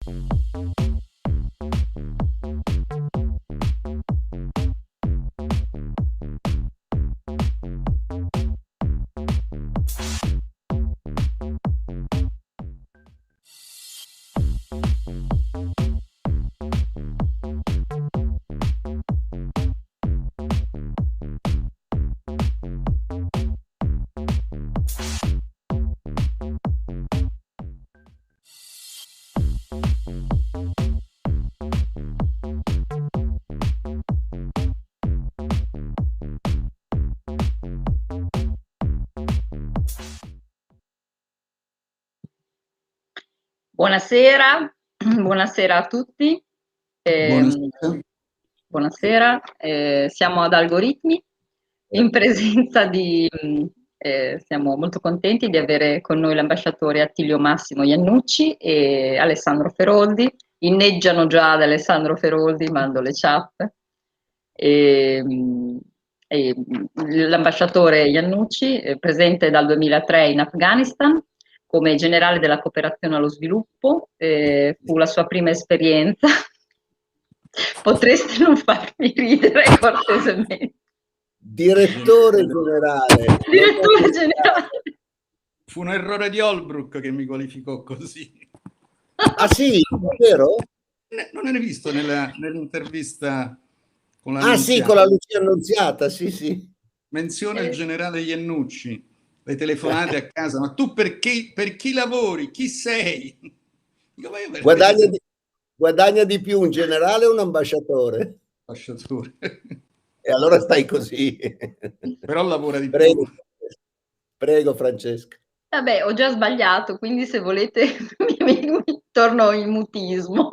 Buonasera, buonasera a tutti. Buonasera. Buonasera, siamo ad Algoritmi in presenza siamo molto contenti di avere con noi l'ambasciatore Attilio Massimo Iannucci e Alessandro Feroldi. Inneggiano già ad Alessandro Feroldi, mando le chat. E, L'ambasciatore Iannucci è presente dal 2003 in Afghanistan come generale della cooperazione allo sviluppo, fu la sua prima esperienza. Potreste non farmi ridere cortesemente. Direttore generale. Direttore generale. Fu un errore di Holbrooke che mi qualificò così. Ah sì, vero? Non ne hai visto nell'intervista con la Ah sì, con la Lucia Annunziata, sì sì. Menziona il generale Iannucci, le telefonate a casa, ma tu per chi lavori? Chi sei? Dico, Guadagna di più un generale o un ambasciatore? Ambasciatore. E allora stai così. Però lavora di Prego, più. prego Francesca. Vabbè, ho già sbagliato, quindi se volete mi torno in mutismo.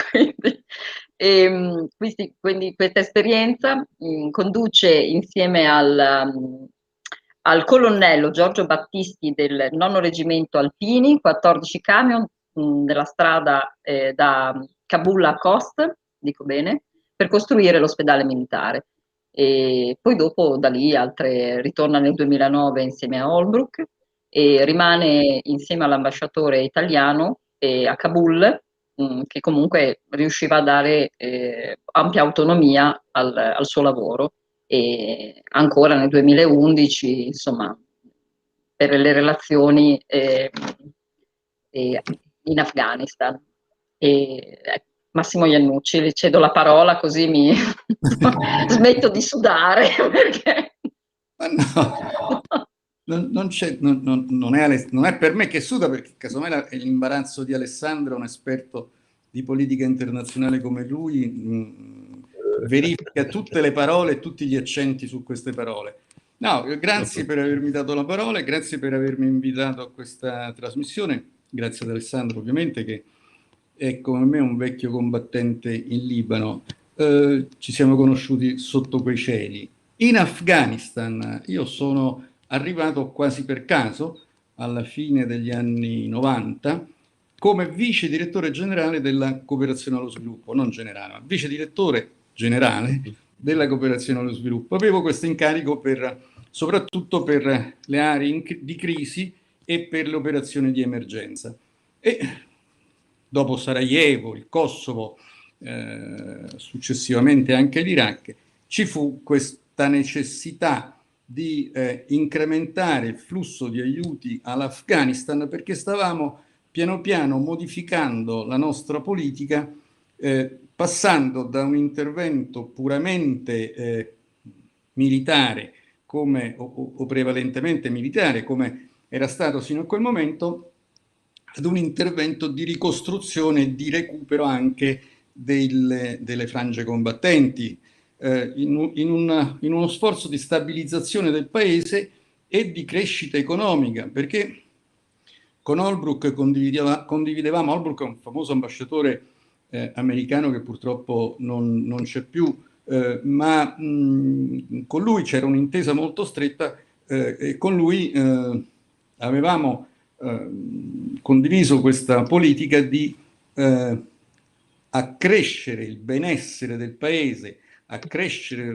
Quindi questa esperienza conduce insieme al colonnello Giorgio Battisti del nono reggimento Alpini, 14 camion della strada da Kabul a Khost, dico bene, per costruire l'ospedale militare. E poi dopo da lì ritorna nel 2009 insieme a Holbrooke e rimane insieme all'ambasciatore italiano a Kabul, che comunque riusciva a dare ampia autonomia al suo lavoro. E ancora nel 2011, insomma, per le relazioni in Afghanistan. Massimo Iannucci, le cedo la parola così mi smetto di sudare. Perché... Ma no. Non è per me che suda, perché casomai è l'imbarazzo di Alessandro, un esperto di politica internazionale come lui, verifica tutte le parole e tutti gli accenti su queste parole. No, grazie per avermi dato la parola e grazie per avermi invitato a questa trasmissione. Grazie ad Alessandro, ovviamente, che è come me un vecchio combattente in Libano. Ci siamo conosciuti sotto quei cieli. In Afghanistan io sono arrivato quasi per caso alla fine degli anni 90 come vice direttore generale della cooperazione allo sviluppo, non generale, ma vice direttore generale della cooperazione allo sviluppo. Avevo questo incarico soprattutto per le aree di crisi e per le operazioni di emergenza. E dopo Sarajevo, il Kosovo, successivamente anche l'Iraq, ci fu questa necessità di incrementare il flusso di aiuti all'Afghanistan, perché stavamo piano piano modificando la nostra politica, passando da un intervento puramente militare o prevalentemente militare, come era stato sino a quel momento, ad un intervento di ricostruzione e di recupero anche delle frange combattenti, in uno sforzo di stabilizzazione del paese e di crescita economica, perché con Holbrooke condividevamo, Holbrooke è un famoso ambasciatore americano che purtroppo non c'è più, ma con lui c'era un'intesa molto stretta e con lui avevamo condiviso questa politica di accrescere il benessere del paese, accrescere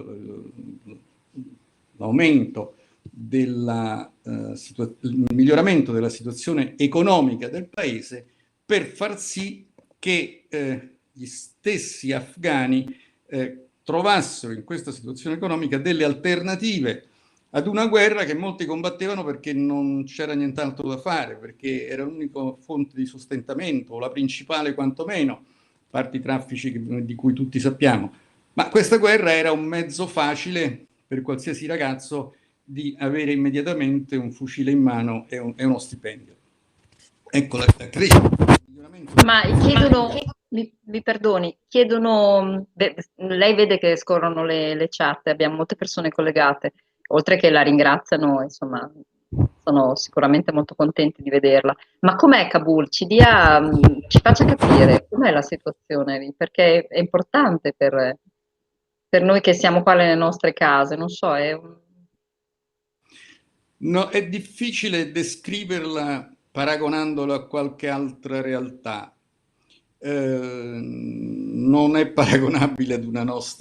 l'aumento il miglioramento della situazione economica del paese, per far sì che gli stessi afghani trovassero in questa situazione economica delle alternative ad una guerra che molti combattevano perché non c'era nient'altro da fare, perché era l'unica fonte di sostentamento, o la principale quantomeno, a parte i traffici di cui tutti sappiamo. Ma questa guerra era un mezzo facile per qualsiasi ragazzo di avere immediatamente un fucile in mano e uno stipendio. Ecco la crescita. Ma chiedono, mi perdoni, chiedono, lei vede che scorrono le chat, abbiamo molte persone collegate, oltre che la ringraziano, insomma, sono sicuramente molto contenti di vederla. Ma com'è Kabul? Ci faccia capire com'è la situazione lì, perché è importante per noi che siamo qua nelle nostre case, non so, No, è difficile descriverla paragonandola a qualche altra realtà. Non è paragonabile ad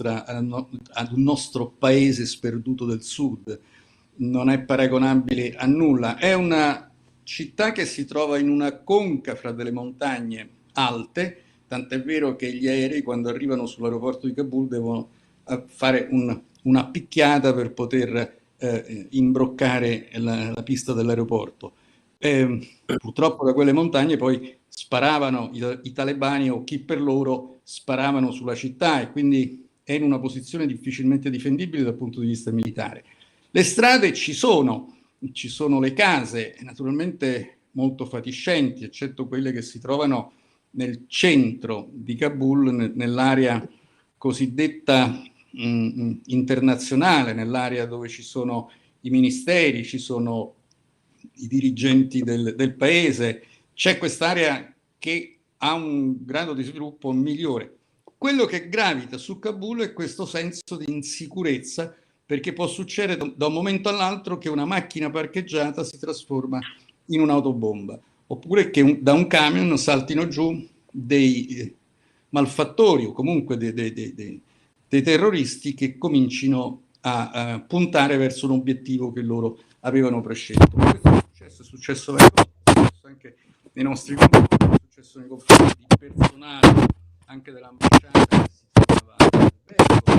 un nostro paese sperduto del sud, non è paragonabile a nulla. È una città che si trova in una conca fra delle montagne alte, tant'è vero che gli aerei quando arrivano sull'aeroporto di Kabul devono fare una picchiata per poter imbroccare la pista dell'aeroporto. Purtroppo da quelle montagne poi sparavano i talebani o chi per loro sparavano sulla città e quindi è in una posizione difficilmente difendibile dal punto di vista militare. Le strade ci sono le case, naturalmente molto fatiscenti, eccetto quelle che si trovano nel centro di Kabul, nell'area cosiddetta internazionale, nell'area dove ci sono i ministeri, ci sono i dirigenti del paese, c'è quest'area che ha un grado di sviluppo migliore. Quello che gravita su Kabul è questo senso di insicurezza, perché può succedere da un momento all'altro che una macchina parcheggiata si trasforma in un'autobomba, oppure che da un camion saltino giù dei malfattori o comunque dei terroristi che comincino a puntare verso un obiettivo che loro avevano prescelto. Questo è successo anche nei nostri confronti, è successo nei confronti di personale anche dell'ambasciata che si trovava all'albergo.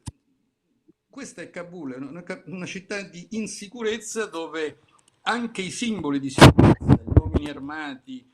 Questa è Kabul, una città di insicurezza dove anche i simboli di sicurezza, gli uomini armati,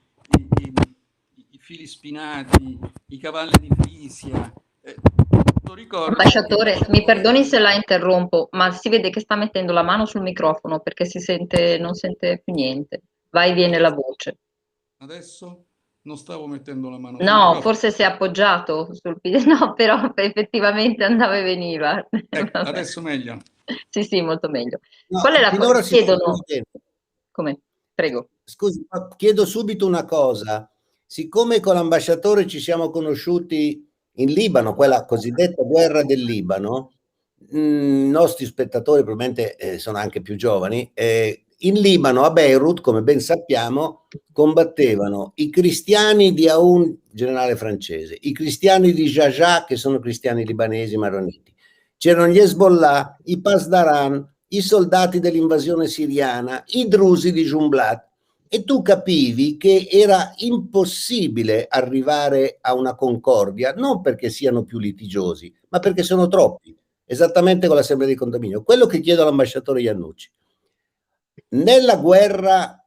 i fili spinati, i cavalli di Frisia. Ambasciatore, mi perdoni se la interrompo, ma si vede che sta mettendo la mano sul microfono perché non sente più niente. Va e viene la voce. Adesso non stavo mettendo la mano sul No, microfono. forse si è appoggiato sul piede, no, però effettivamente andava e veniva. Ecco, adesso meglio. Sì, molto meglio. No, Qual è la cosa? Chiedono... bene. Come? Prego. Scusi, chiedo subito una cosa. Siccome con l'ambasciatore ci siamo conosciuti in Libano, quella cosiddetta guerra del Libano, i nostri spettatori probabilmente sono anche più giovani, in Libano, a Beirut, come ben sappiamo, combattevano i cristiani di Aoun, generale francese, i cristiani di Jarjah, che sono cristiani libanesi maroniti, c'erano gli Hezbollah, i Pasdaran, i soldati dell'invasione siriana, i drusi di Jumblat, e tu capivi che era impossibile arrivare a una concordia, non perché siano più litigiosi, ma perché sono troppi, esattamente con l'assemblea di condominio. Quello che chiedo all'ambasciatore Iannucci, nella guerra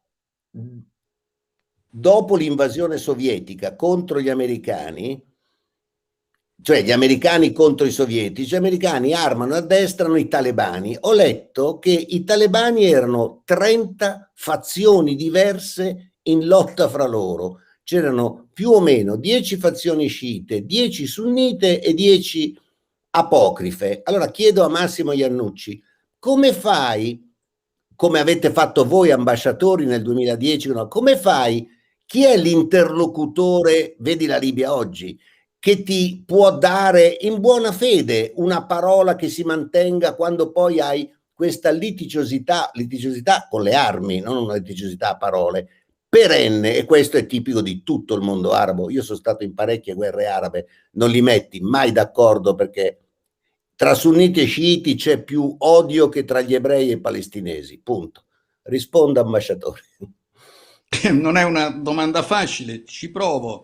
dopo l'invasione sovietica contro gli americani, cioè gli americani contro i sovietici, gli americani armano e addestrano i talebani. Ho letto che i talebani erano 30 fazioni diverse in lotta fra loro. C'erano più o meno 10 fazioni sciite, 10 sunnite e 10 apocrife. Allora chiedo a Massimo Iannucci, come fai, come avete fatto voi ambasciatori nel 2010, no? Come fai, chi è l'interlocutore, vedi la Libia oggi, che ti può dare in buona fede una parola che si mantenga quando poi hai questa litigiosità con le armi, non una litigiosità a parole, perenne, e questo è tipico di tutto il mondo arabo. Io sono stato in parecchie guerre arabe, non li metti mai d'accordo perché tra sunniti e sciiti c'è più odio che tra gli ebrei e i palestinesi, punto. Risponda, ambasciatore. Non è una domanda facile, ci provo.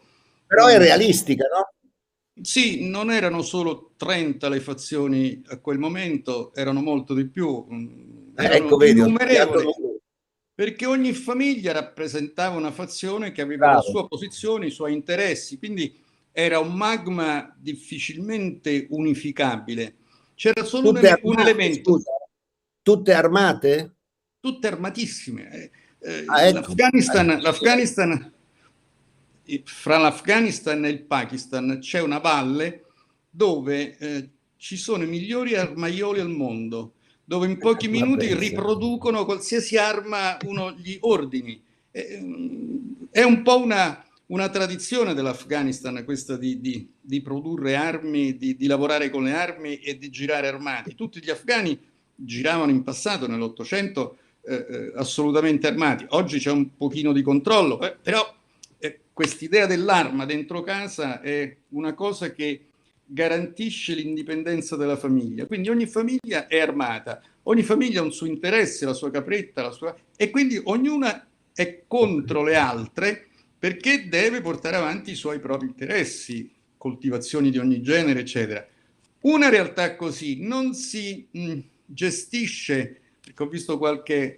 Però è realistica, no? Sì, non erano solo 30 le fazioni a quel momento, erano molto di più, erano Ecco, vedi, ho innumerevoli, sbagliato. perché ogni famiglia rappresentava una fazione che aveva la Bravo. sua posizione, i suoi interessi, quindi era un magma difficilmente unificabile. C'era solo Tutte armate, un elemento. scusa, tutte armate? Tutte armatissime. Ecco. L'Afghanistan, fra l'Afghanistan e il Pakistan c'è una valle dove ci sono i migliori armaioli al mondo, dove in pochi minuti riproducono qualsiasi arma uno gli ordini. È un po' una tradizione dell'Afghanistan questa di produrre armi, di lavorare con le armi e di girare armati. Tutti gli afghani giravano in passato, nell'Ottocento, assolutamente armati. Oggi c'è un pochino di controllo, però quest'idea dell'arma dentro casa è una cosa che garantisce l'indipendenza della famiglia. Quindi ogni famiglia è armata, ogni famiglia ha un suo interesse, la sua capretta, e quindi ognuna è contro le altre perché deve portare avanti i suoi propri interessi, coltivazioni di ogni genere, eccetera. Una realtà così non si gestisce, perché ho visto qualche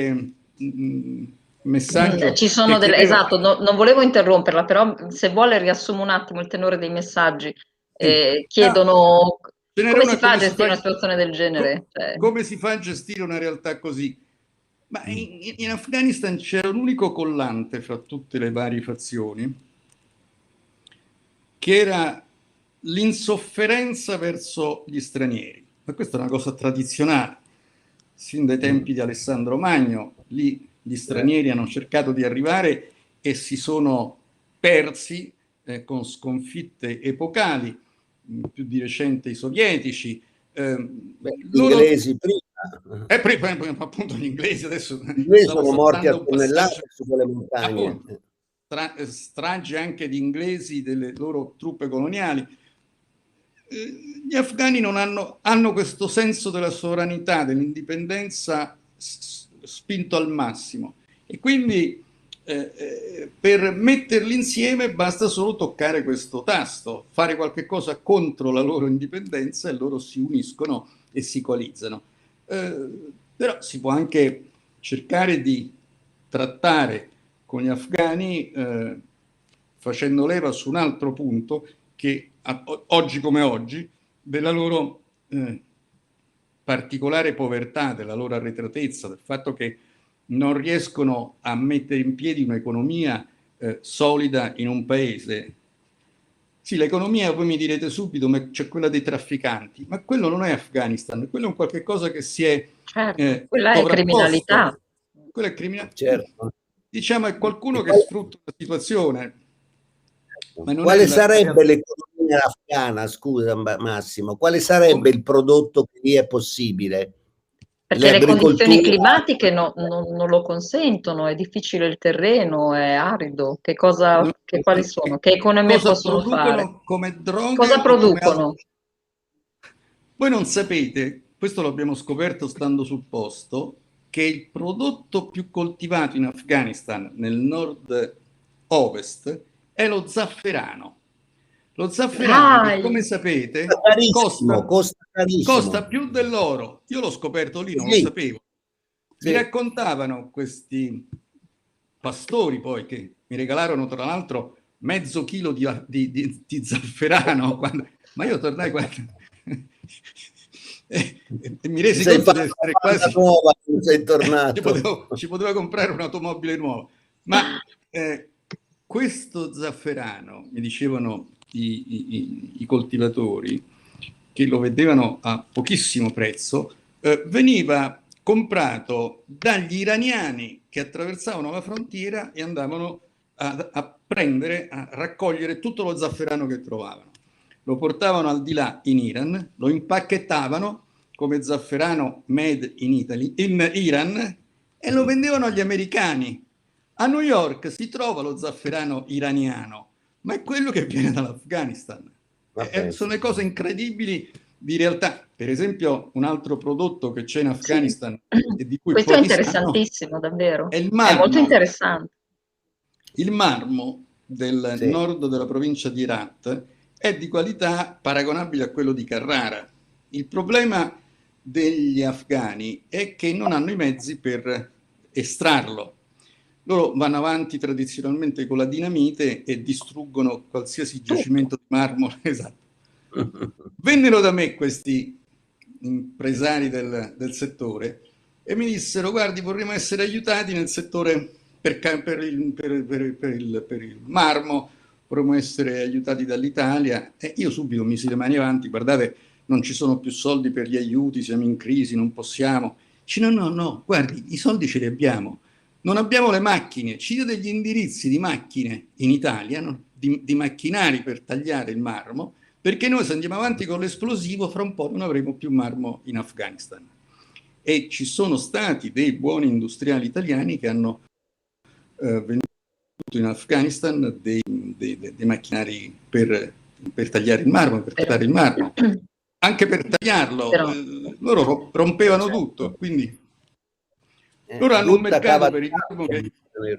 messaggio. Ci sono delle, esatto, non volevo interromperla, però se vuole riassumo un attimo il tenore dei messaggi. Chiedono come si fa a gestire una situazione del genere? Come si fa a gestire una realtà così? Ma in Afghanistan c'era un unico collante fra tutte le varie fazioni, che era l'insofferenza verso gli stranieri. Ma questa è una cosa tradizionale, sin dai tempi di Alessandro Magno. Lì gli stranieri hanno cercato di arrivare e si sono persi con sconfitte epocali, più di recente i sovietici. Gli inglesi prima. Appunto gli inglesi adesso sono morti a tonnellate su quelle montagne. Stragi anche di inglesi, delle loro truppe coloniali. Gli afghani non hanno questo senso della sovranità, dell'indipendenza spinto al massimo, e quindi per metterli insieme basta solo toccare questo tasto, fare qualche cosa contro la loro indipendenza e loro si uniscono e si coalizzano. Però si può anche cercare di trattare con gli afghani facendo leva su un altro punto che oggi come oggi, della loro particolare povertà, della loro arretratezza, del fatto che non riescono a mettere in piedi un'economia solida in un paese. Sì, l'economia, voi mi direte subito, ma c'è quella dei trafficanti, ma quello non è Afghanistan, quello è un qualche cosa che si è quella è criminalità. Quella è criminalità. Certo. Diciamo è qualcuno che sfrutta la situazione. Ma quale sarebbe l'economia afghana, scusa Massimo, quale sarebbe il prodotto che lì è possibile? Perché le condizioni climatiche non lo consentono, è difficile il terreno, è arido. Quali sono? Che economie possono fare? Come droghe, cosa producono? Voi non sapete, questo l'abbiamo scoperto stando sul posto, che il prodotto più coltivato in Afghanistan, nel nord-ovest, è lo zafferano. Lo zafferano, come sapete, costa più dell'oro. Io l'ho scoperto lì, non lo sapevo. Mi raccontavano questi pastori poi che mi regalarono tra l'altro mezzo chilo di zafferano. Ma io tornai e mi resi conto di essere quasi nuova, sei tornato. ci poteva comprare un'automobile nuova. Ma questo zafferano, mi dicevano i coltivatori, che lo vendevano a pochissimo prezzo, veniva comprato dagli iraniani che attraversavano la frontiera e andavano a raccogliere tutto lo zafferano che trovavano. Lo portavano al di là in Iran, lo impacchettavano come zafferano made in Italy, in Iran, e lo vendevano agli americani. A New York si trova lo zafferano iraniano, ma è quello che viene dall'Afghanistan. Sono le cose incredibili di realtà. Per esempio, un altro prodotto che c'è in Afghanistan e di cui questo è interessantissimo, davvero. È il marmo. È molto interessante. Il marmo del nord della provincia di Herat è di qualità paragonabile a quello di Carrara. Il problema degli afghani è che non hanno i mezzi per estrarlo. Loro vanno avanti tradizionalmente con la dinamite e distruggono qualsiasi giacimento di marmo. Esatto. Vennero da me questi impresari del settore e mi dissero: guardi, vorremmo essere aiutati nel settore per il marmo, vorremmo essere aiutati dall'Italia. E io subito misi le mani avanti: guardate, non ci sono più soldi per gli aiuti, siamo in crisi, non possiamo. Dice: no, guardi, i soldi ce li abbiamo, non abbiamo le macchine, ci dia degli indirizzi di macchine in Italia, no? di macchinari per tagliare il marmo, perché noi se andiamo avanti con l'esplosivo fra un po' non avremo più marmo in Afghanistan. E ci sono stati dei buoni industriali italiani che hanno venduto in Afghanistan dei macchinari per tagliare il marmo, per trattare il marmo. Anche per tagliarlo, loro rompevano tutto, quindi loro hanno un mercato per il marmo che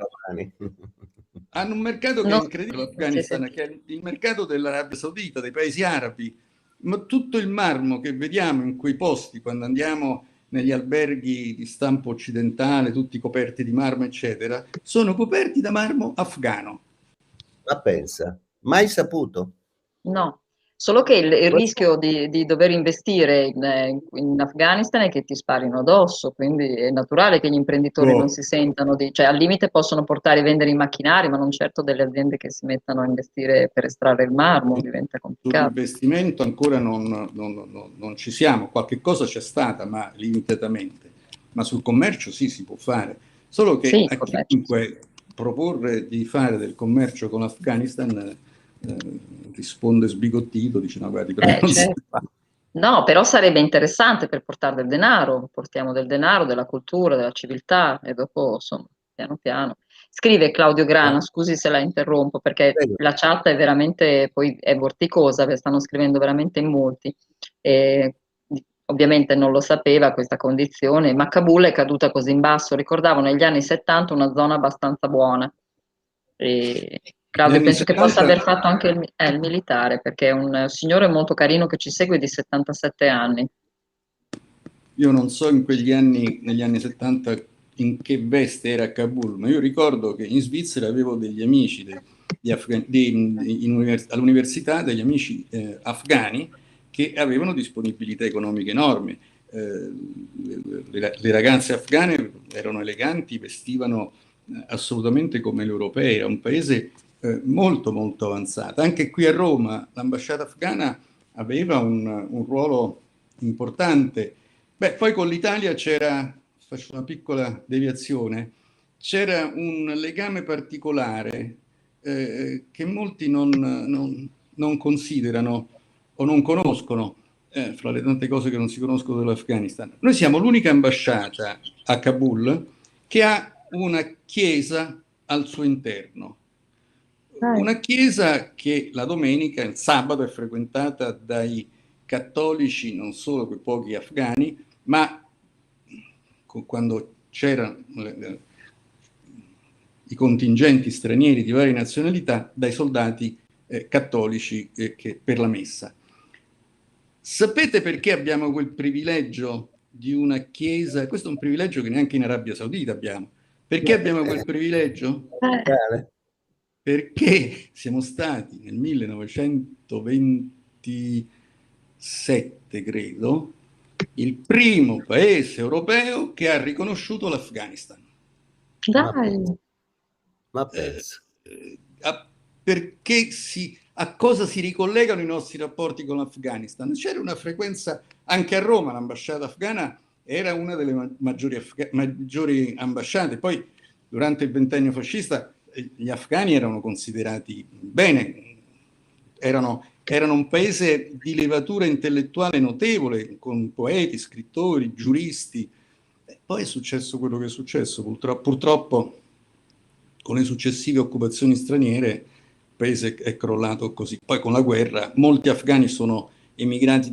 hanno un mercato che è incredibile, l'Afghanistan, che è il mercato dell'Arabia Saudita, dei paesi arabi, ma tutto il marmo che vediamo in quei posti quando andiamo negli alberghi di stampo occidentale, tutti coperti di marmo, eccetera, sono coperti da marmo afghano. Ma pensa, mai saputo? No, solo che il rischio di dover investire in Afghanistan è che ti sparino addosso, quindi è naturale che gli imprenditori non si sentano cioè al limite possono portare e vendere i macchinari, ma non certo delle aziende che si mettano a investire per estrarre il marmo, diventa complicato. Sull'investimento ancora non ci siamo, qualche cosa c'è stata, ma limitatamente. Ma sul commercio sì, si può fare. Solo che Sì, a chiunque proporre di fare del commercio con l'Afghanistan risponde sbigottito, dice: no, guardi, però non si fa. No, però sarebbe interessante per portare del denaro, portiamo del denaro, della cultura, della civiltà e dopo, insomma, piano piano. Scrive Claudio Grana, scusi se la interrompo, perché la chat è veramente, poi è vorticosa, stanno scrivendo veramente in molti. Ovviamente non lo sapeva questa condizione, ma Kabul è caduta così in basso, ricordavo negli anni 70 una zona abbastanza buona. Claudio penso che possa aver fatto anche il militare, perché è un signore molto carino che ci segue di 77 anni. Io non so in quegli anni, negli anni 70, in che veste era a Kabul, ma io ricordo che in Svizzera avevo degli amici all'università, degli amici afghani che avevano disponibilità economiche enormi. Le ragazze afghane erano eleganti, vestivano assolutamente come gli europei, era un paese molto molto avanzato. Anche qui a Roma l'ambasciata afghana aveva un ruolo importante. Beh, poi con l'Italia c'era, faccio una piccola deviazione, c'era un legame particolare che molti non considerano o non conoscono, fra le tante cose che non si conoscono dell'Afghanistan. Noi siamo l'unica ambasciata a Kabul che ha una chiesa al suo interno. Una chiesa che la domenica, il sabato, è frequentata dai cattolici, non solo quei pochi afghani, ma quando c'erano i contingenti stranieri di varie nazionalità, dai soldati cattolici per la messa. Sapete perché abbiamo quel privilegio di una chiesa? Questo è un privilegio che neanche in Arabia Saudita abbiamo. Perché abbiamo quel privilegio? Perché siamo stati nel 1927, credo, il primo paese europeo che ha riconosciuto l'Afghanistan. Dai! Ma penso. Perché a cosa si ricollegano i nostri rapporti con l'Afghanistan? C'era una frequenza anche a Roma, l'ambasciata afghana era una delle maggiori ambasciate. Poi durante il ventennio fascista gli afghani erano considerati bene, erano un paese di levatura intellettuale notevole, con poeti, scrittori, giuristi. Poi è successo quello che è successo, purtroppo con le successive occupazioni straniere il paese è crollato così. Poi con la guerra molti afghani sono emigrati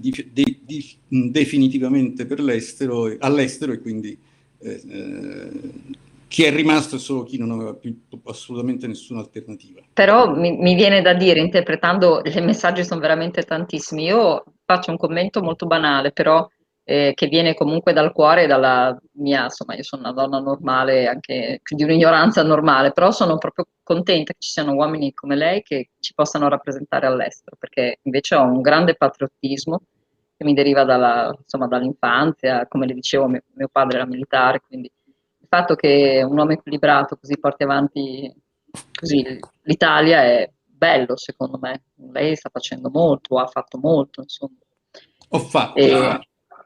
definitivamente all'estero e quindi chi è rimasto è solo chi non aveva più assolutamente nessuna alternativa. Però mi viene da dire, interpretando, i messaggi sono veramente tantissimi, io faccio un commento molto banale, però che viene comunque dal cuore e dalla mia, insomma, io sono una donna normale, anche di un'ignoranza normale, però sono proprio contenta che ci siano uomini come lei che ci possano rappresentare all'estero, perché invece ho un grande patriottismo che mi deriva insomma, dall'infanzia, come le dicevo, mio padre era militare, quindi il fatto che un uomo equilibrato così porti avanti così l'Italia è bello, secondo me. Lei sta facendo molto, ha fatto molto, insomma. Ho fatto. E,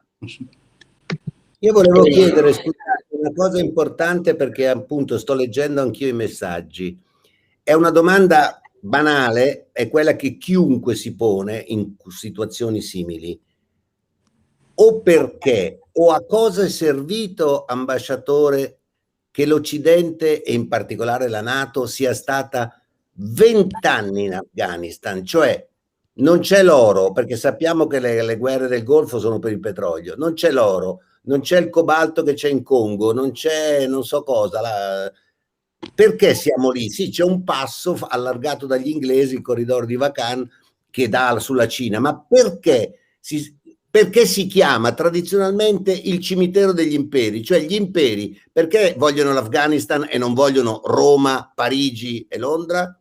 Io volevo chiedere, scusate, una cosa importante perché appunto sto leggendo anch'io i messaggi. È una domanda banale, è quella che chiunque si pone in situazioni simili. O perché o a cosa è servito, ambasciatore, che l'Occidente e in particolare la NATO sia stata 20 anni in Afghanistan? Cioè non c'è l'oro, perché sappiamo che le guerre del Golfo sono per il petrolio, non c'è l'oro, non c'è il cobalto che c'è in Congo, non c'è non so cosa. Perché siamo lì? Sì, c'è un passo allargato dagli inglesi, il corridoio di Vacan, che dà sulla Cina, ma perché si chiama tradizionalmente il cimitero degli imperi? Cioè gli imperi, perché vogliono l'Afghanistan e non vogliono Roma, Parigi e Londra?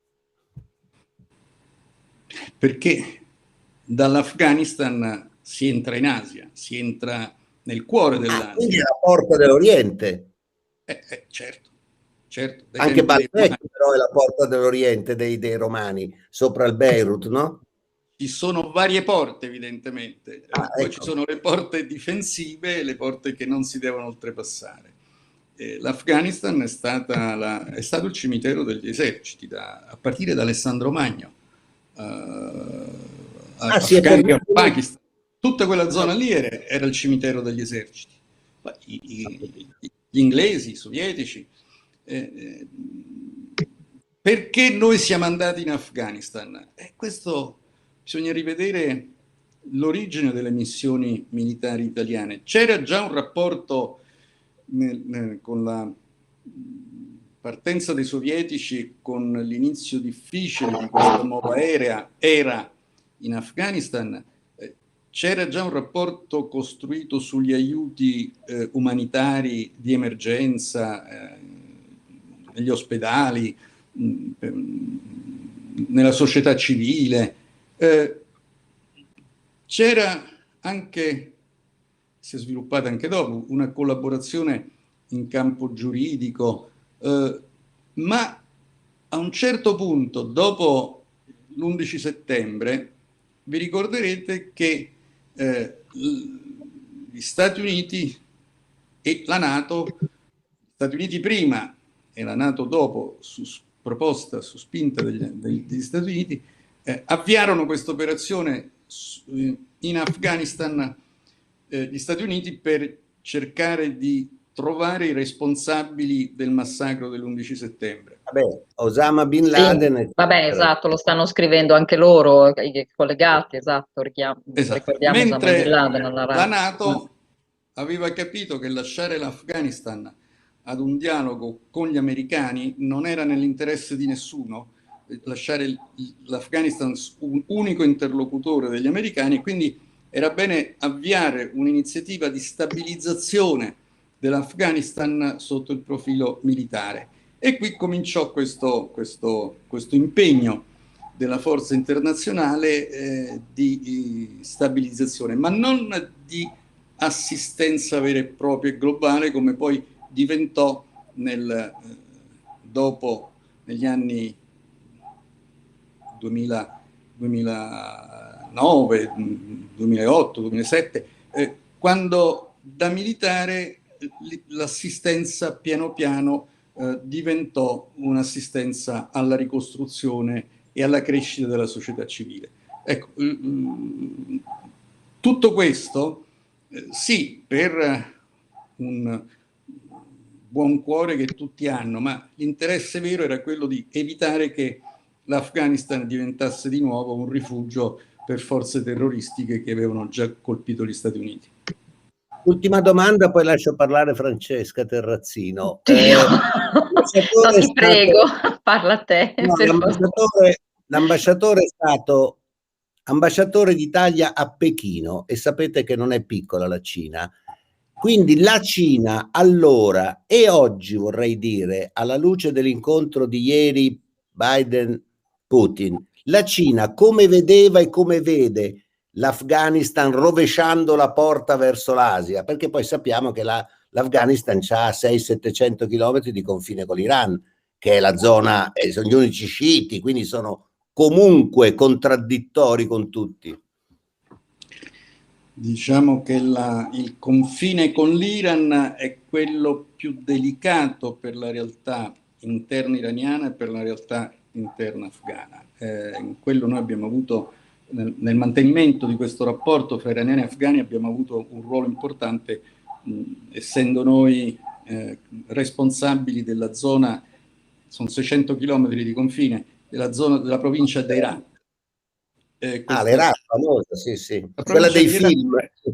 Perché dall'Afghanistan si entra in Asia, si entra nel cuore dell'Asia. Quindi è la porta dell'Oriente. Certo, certo. Anche Baalbek però è la porta dell'Oriente dei Romani, sopra il Beirut, no? Ci sono varie porte, evidentemente. Poi ecco. ci sono le porte difensive e le porte che non si devono oltrepassare. L'Afghanistan è stato il cimitero degli eserciti, a partire da Alessandro Magno, Afghanistan, Pakistan. Tutta quella zona lì era il cimitero degli eserciti. Gli inglesi, i sovietici. Perché noi siamo andati in Afghanistan? Questo bisogna rivedere l'origine delle missioni militari italiane. C'era già un rapporto con la partenza dei sovietici, con l'inizio difficile di questa nuova era in Afghanistan. C'era già un rapporto costruito sugli aiuti umanitari di emergenza negli ospedali, nella società civile. C'era anche, si è sviluppata anche dopo, una collaborazione in campo giuridico, ma a un certo punto, dopo l'11 settembre, vi ricorderete che gli Stati Uniti e la NATO, gli Stati Uniti prima e la NATO dopo, su spinta degli Stati Uniti, avviarono questa operazione in Afghanistan, gli Stati Uniti, per cercare di trovare i responsabili del massacro dell'11 settembre. Vabbè, Osama Bin Laden. Sì, vabbè, esatto, lo stanno scrivendo anche loro, i collegati, esatto, esatto. ricordiamo Mentre Osama Bin Laden la NATO aveva capito che lasciare l'Afghanistan ad un dialogo con gli americani non era nell'interesse di nessuno, lasciare l'Afghanistan un unico interlocutore degli americani, quindi era bene avviare un'iniziativa di stabilizzazione dell'Afghanistan sotto il profilo militare. E qui cominciò questo impegno della forza internazionale di stabilizzazione, ma non di assistenza vera e propria e globale, come poi diventò dopo, negli anni 2009, 2008, 2007, quando da militare l'assistenza piano piano diventò un'assistenza alla ricostruzione e alla crescita della società civile. Ecco, tutto questo sì, per un buon cuore che tutti hanno, ma l'interesse vero era quello di evitare che l'Afghanistan diventasse di nuovo un rifugio per forze terroristiche che avevano già colpito gli Stati Uniti. Ultima domanda, poi lascio parlare Francesca Terrazzino. No, ti prego, parla a te. No, l'ambasciatore è stato ambasciatore d'Italia a Pechino e sapete che non è piccola la Cina. Quindi la Cina allora e oggi, vorrei dire, alla luce dell'incontro di ieri Biden-Putin, la Cina come vedeva e come vede l'Afghanistan rovesciando la porta verso l'Asia? Perché poi sappiamo che l'Afghanistan ha 600-700 chilometri di confine con l'Iran, che è la zona, sono gli unici sciiti, quindi sono comunque contraddittori con tutti. Diciamo che il confine con l'Iran è quello più delicato per la realtà interna iraniana e per la realtà interna afghana. In quello noi abbiamo avuto, nel mantenimento di questo rapporto fra iraniani e afghani, abbiamo avuto un ruolo importante, essendo noi responsabili della zona, sono 600 chilometri di confine, della zona della provincia di Herat. L'Herat, famosa, sì. Quella dei film.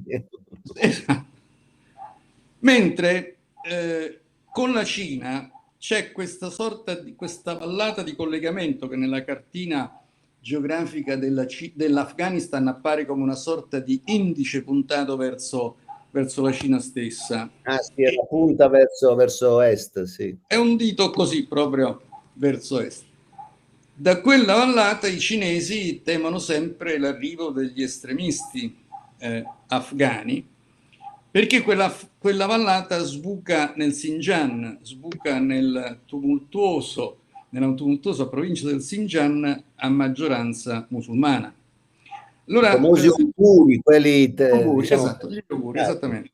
Mentre con la Cina c'è questa sorta di questa vallata di collegamento che nella cartina geografica dell'Afghanistan appare come una sorta di indice puntato verso la Cina stessa. Sì, è la punta verso est, sì. È un dito così proprio verso est. Da quella vallata i cinesi temono sempre l'arrivo degli estremisti afghani, perché quella vallata sbuca nel Xinjiang, sbuca nella tumultuosa provincia del Xinjiang a maggioranza musulmana. Allora, i famosi uiguri, quelli diciamo, esatto, gli uiguri, esattamente.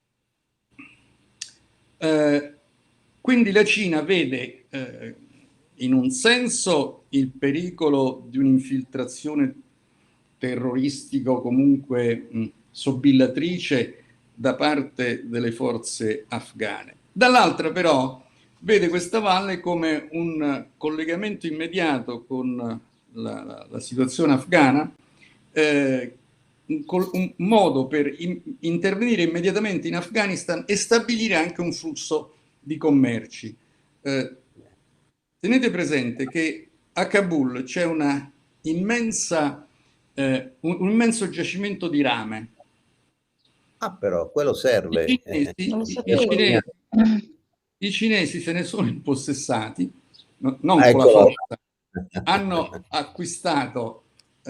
Quindi la Cina vede in un senso il pericolo di un'infiltrazione terroristica o comunque sobillatrice da parte delle forze afghane. Dall'altra però vede questa valle come un collegamento immediato con la situazione afghana, un modo per intervenire immediatamente in Afghanistan e stabilire anche un flusso di commerci. Tenete presente che a Kabul c'è un immenso giacimento di rame. Però quello serve. I cinesi se ne sono impossessati, non con la forza, hanno acquistato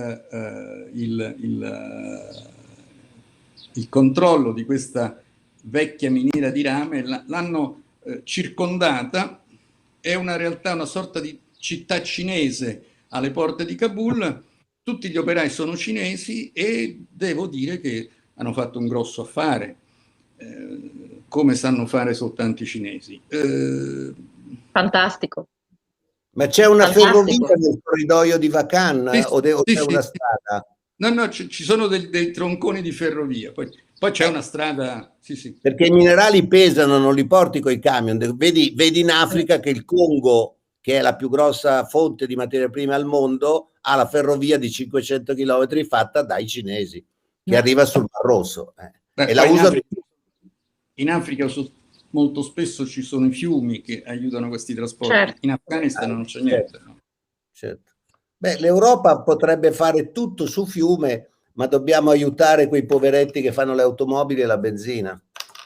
il controllo di questa vecchia miniera di rame, l'hanno circondata. È una realtà, una sorta di città cinese alle porte di Kabul, tutti gli operai sono cinesi e devo dire che hanno fatto un grosso affare, come sanno fare soltanto i cinesi. Fantastico. Ma c'è una ferrovia nel corridoio di Wakhan o c'è una strada? No, ci sono dei tronconi di ferrovia, poi c'è una strada, sì. Perché i minerali pesano, non li porti coi camion. Vedi in Africa che il Congo, che è la più grossa fonte di materia prima al mondo, ha la ferrovia di 500 km fatta dai cinesi, che arriva sul Mar Rosso. E la usa in Africa molto spesso ci sono i fiumi che aiutano questi trasporti. Certo. In Afghanistan non c'è niente. Certo. No? Certo. Beh, l'Europa potrebbe fare tutto su fiume, ma dobbiamo aiutare quei poveretti che fanno le automobili e la benzina.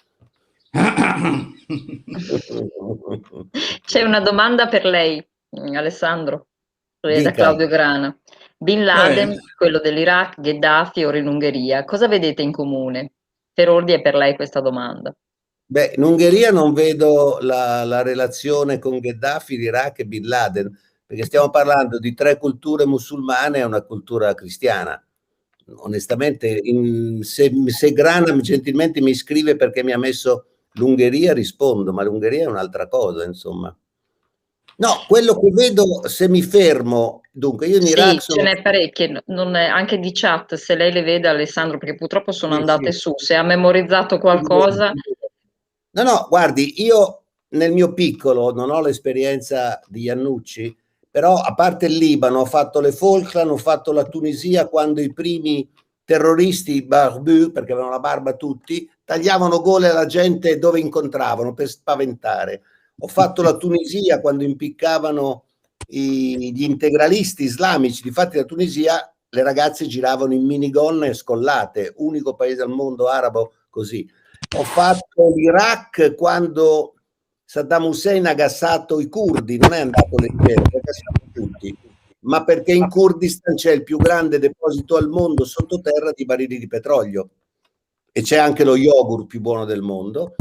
C'è una domanda per lei, Alessandro, da Claudio Grana. Bin Laden, quello dell'Iraq, Gheddafi, ora in Ungheria. Cosa vedete in comune? Feroldi è per lei questa domanda. Beh, in Ungheria non vedo la relazione con Gheddafi, l'Iraq e Bin Laden, perché stiamo parlando di 3 culture musulmane e una cultura cristiana. Onestamente, se Grana gentilmente mi scrive perché mi ha messo l'Ungheria, rispondo, ma l'Ungheria è un'altra cosa, insomma. No, quello che vedo, se mi fermo, dunque io in Iraq ce n'è parecchie, anche di chat, se lei le vede, Alessandro, perché purtroppo sono andate su, se ha memorizzato qualcosa. No, guardi, io nel mio piccolo non ho l'esperienza di Iannucci, però a parte il Libano ho fatto le Falkland, ho fatto la Tunisia quando i primi terroristi barbu, perché avevano la barba tutti, tagliavano gole alla gente dove incontravano per spaventare. Ho fatto la Tunisia quando impiccavano gli integralisti islamici. Difatti la Tunisia le ragazze giravano in minigonne scollate, unico paese al mondo arabo così. Ho fatto l'Iraq quando Saddam Hussein ha gassato i curdi, non è andato leggero, ha gassato tutti, ma perché in Kurdistan c'è il più grande deposito al mondo sottoterra di barili di petrolio e c'è anche lo yogurt più buono del mondo,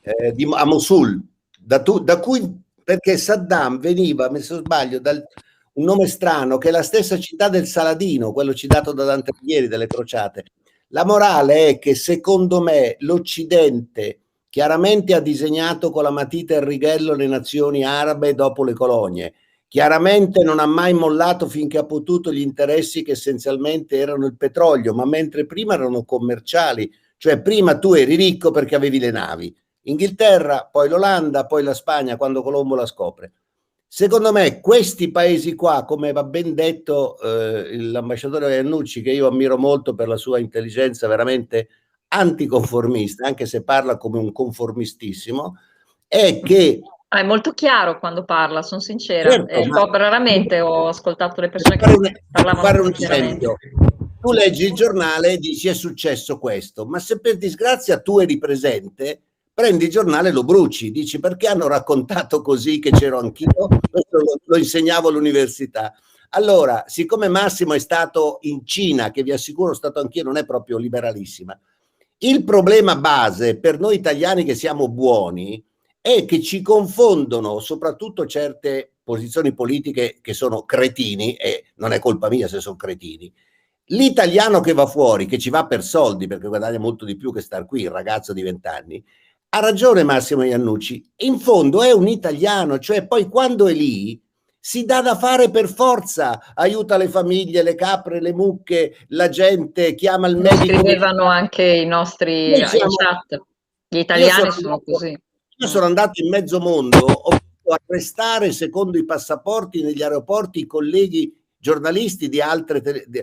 a Mosul, da cui, perché Saddam veniva, se non sbaglio, un nome strano, che è la stessa città del Saladino, quello citato da Dante Alighieri delle crociate. La morale è che secondo me l'Occidente chiaramente ha disegnato con la matita e il righello le nazioni arabe dopo le colonie, chiaramente non ha mai mollato finché ha potuto gli interessi che essenzialmente erano il petrolio, ma mentre prima erano commerciali, cioè prima tu eri ricco perché avevi le navi, Inghilterra, poi l'Olanda, poi la Spagna quando Colombo la scopre. Secondo me questi paesi qua, come va ben detto l'ambasciatore Iannucci, che io ammiro molto per la sua intelligenza veramente anticonformista, anche se parla come un conformistissimo, è che... È molto chiaro quando parla, sono sincera. Certo, Raramente ho ascoltato le persone che parlavano fare un così chiaramente. esempio. Tu leggi il giornale e dici è successo questo, ma se per disgrazia tu eri presente, prendi il giornale e lo bruci, dici perché hanno raccontato così che c'ero anch'io, lo insegnavo all'università. Allora, siccome Massimo è stato in Cina, che vi assicuro stato anch'io, non è proprio liberalissima, il problema base per noi italiani che siamo buoni è che ci confondono soprattutto certe posizioni politiche che sono cretini, e non è colpa mia se sono cretini. L'italiano che va fuori, che ci va per soldi perché guadagna molto di più che star qui, il ragazzo di 20 anni, ha ragione Massimo Iannucci, in fondo è un italiano, cioè poi quando è lì si dà da fare per forza, aiuta le famiglie, le capre, le mucche, la gente, chiama il medico. Scrivevano anche i nostri in chat, gli italiani sono così. Io sono andato in mezzo mondo, ho potuto arrestare secondo i passaporti negli aeroporti i colleghi giornalisti di altre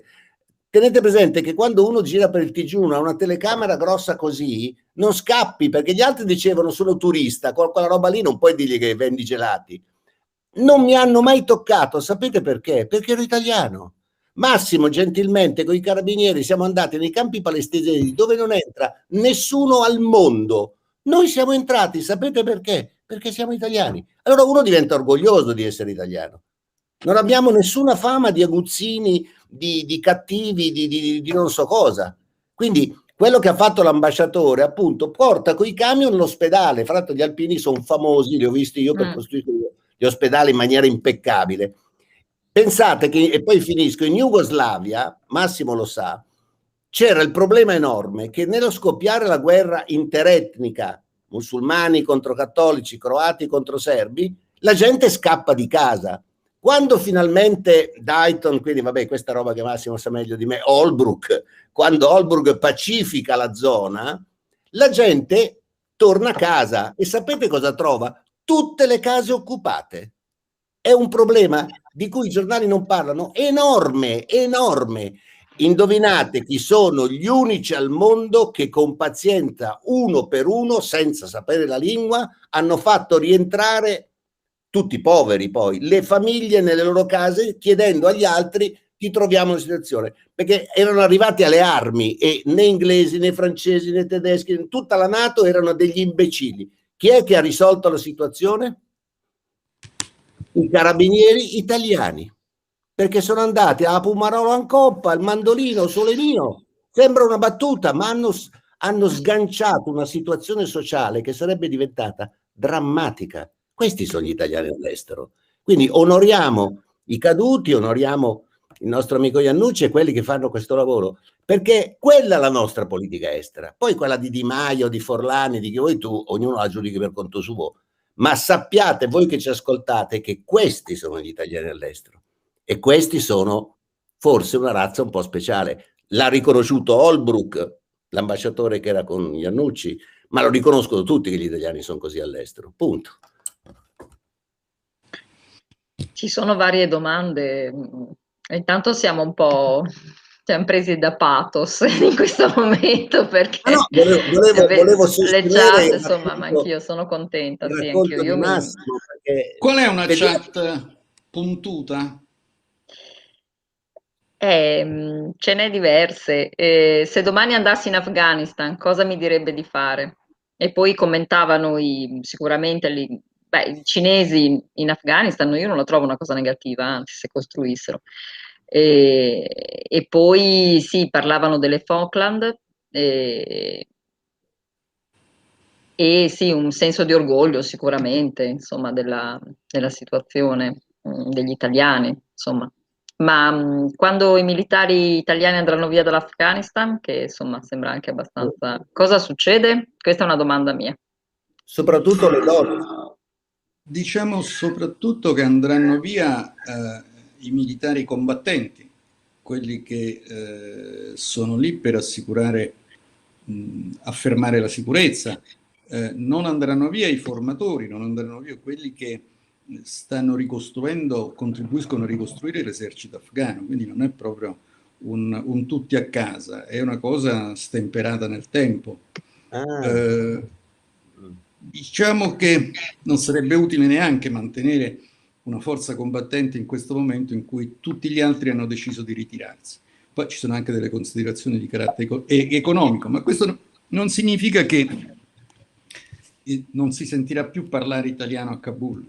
tenete presente che quando uno gira per il TG1 ha una telecamera grossa così, non scappi, perché gli altri dicevano sono turista, quella roba lì non puoi dirgli che vendi gelati. Non mi hanno mai toccato, sapete perché? Perché ero italiano. Massimo gentilmente con i carabinieri siamo andati nei campi palestinesi dove non entra nessuno al mondo. Noi siamo entrati, sapete perché? Perché siamo italiani. Allora uno diventa orgoglioso di essere italiano. Non abbiamo nessuna fama di aguzzini, di cattivi, di non so cosa. Quindi quello che ha fatto l'ambasciatore, appunto, porta coi camion l'ospedale. Fra l'altro gli alpini sono famosi, li ho visti io per costruire gli ospedali in maniera impeccabile. Pensate che, e poi finisco, in Jugoslavia, Massimo lo sa, c'era il problema enorme che nello scoppiare la guerra interetnica, musulmani contro cattolici, croati contro serbi, la gente scappa di casa. Quando finalmente Dayton, quindi vabbè questa roba che Massimo sa meglio di me, Holbrooke, quando Holbrooke pacifica la zona, la gente torna a casa e sapete cosa trova? Tutte le case occupate. È un problema di cui i giornali non parlano, enorme, enorme. Indovinate chi sono gli unici al mondo che con pazienza, uno per uno, senza sapere la lingua, hanno fatto rientrare tutti poveri poi, le famiglie nelle loro case chiedendo agli altri ti troviamo in situazione, perché erano arrivati alle armi e né inglesi né francesi né tedeschi, tutta la NATO erano degli imbecilli. Chi è che ha risolto la situazione? I carabinieri italiani, perché sono andati a Pumarolo Ancoppa, al Mandolino, Solenino, sembra una battuta, ma hanno sganciato una situazione sociale che sarebbe diventata drammatica. Questi sono gli italiani all'estero. Quindi onoriamo i caduti, onoriamo il nostro amico Iannucci e quelli che fanno questo lavoro, perché quella è la nostra politica estera. Poi quella di Di Maio, di Forlani, di chi vuoi tu, ognuno la giudichi per conto suo. Ma sappiate voi che ci ascoltate che questi sono gli italiani all'estero e questi sono forse una razza un po' speciale. L'ha riconosciuto Holbrooke, l'ambasciatore che era con Iannucci, ma lo riconoscono tutti che gli italiani sono così all'estero, punto. Ci sono varie domande, intanto siamo un po' siamo presi da pathos in questo momento perché no, volevo le sostenere chat, insomma, ma anch'io sono contenta, il sì, anch'io. racconto di Massimo, perché Qual è una chat puntuta? Ce n'è diverse. Se domani andassi in Afghanistan, cosa mi direbbe di fare? E poi commentavano sicuramente i cinesi in Afghanistan, io non la trovo una cosa negativa, anzi, se costruissero. E poi sì, parlavano delle Falkland e sì, un senso di orgoglio sicuramente, insomma, della situazione degli italiani, insomma. Ma quando i militari italiani andranno via dall'Afghanistan, che insomma sembra anche abbastanza... Cosa succede? Questa è una domanda mia. soprattutto le donne. Diciamo soprattutto che andranno via i militari combattenti, quelli che sono lì per assicurare, affermare la sicurezza. Non andranno via i formatori, non andranno via quelli che stanno ricostruendo, contribuiscono a ricostruire l'esercito afghano, quindi non è proprio un tutti a casa, è una cosa stemperata nel tempo. Diciamo che non sarebbe utile neanche mantenere una forza combattente in questo momento in cui tutti gli altri hanno deciso di ritirarsi. Poi ci sono anche delle considerazioni di carattere economico, ma questo non significa che non si sentirà più parlare italiano a Kabul.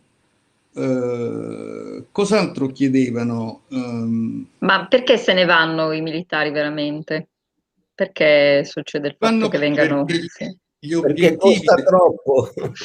Cos'altro chiedevano? Ma perché se ne vanno i militari veramente? Perché succede il fatto Vanno che vengano... perché Sì. gli Perché obiettivi... costa troppo.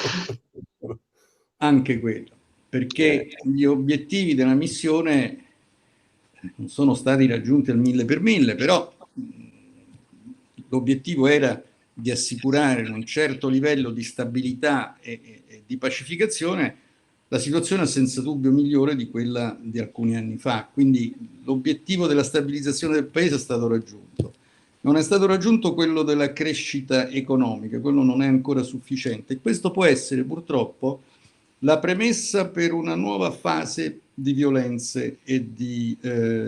Anche quello, perché gli obiettivi della missione non sono stati raggiunti al 1000%, però l'obiettivo era di assicurare un certo livello di stabilità e di pacificazione. La situazione è senza dubbio migliore di quella di alcuni anni fa, quindi l'obiettivo della stabilizzazione del paese è stato raggiunto. Non è stato raggiunto quello della crescita economica, quello non è ancora sufficiente e questo può essere purtroppo la premessa per una nuova fase di violenze e di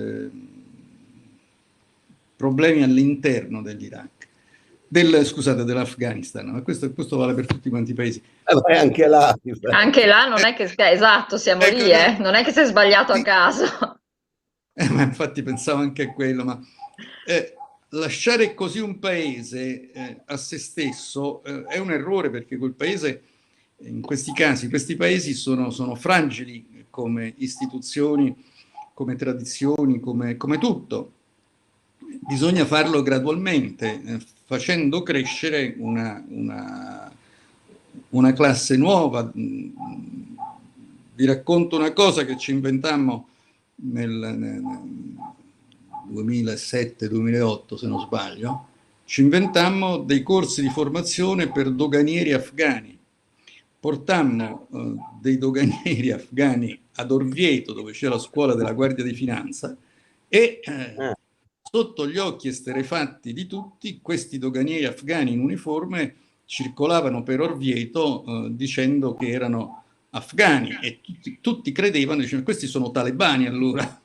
problemi all'interno dell'Iraq, scusate, dell'Afghanistan, ma questo vale per tutti quanti i paesi. Anche là. Anche là non è che... Esatto, siamo Ecco, lì, non è che sei sbagliato a caso. Ma infatti pensavo anche a quello, ma lasciare così un paese a se stesso è un errore, perché quel paese, in questi casi, questi paesi sono fragili come istituzioni, come tradizioni, come tutto. Bisogna farlo gradualmente, facendo crescere una classe nuova. Vi racconto una cosa che ci inventammo nel 2007-2008, se non sbaglio. Ci inventammo dei corsi di formazione per doganieri afghani. Portammo dei doganieri afghani ad Orvieto, dove c'è la scuola della Guardia di Finanza, e sotto gli occhi esterrefatti di tutti, questi doganieri afghani in uniforme circolavano per Orvieto dicendo che erano afghani, e tutti credevano, dicevano, questi sono talebani allora.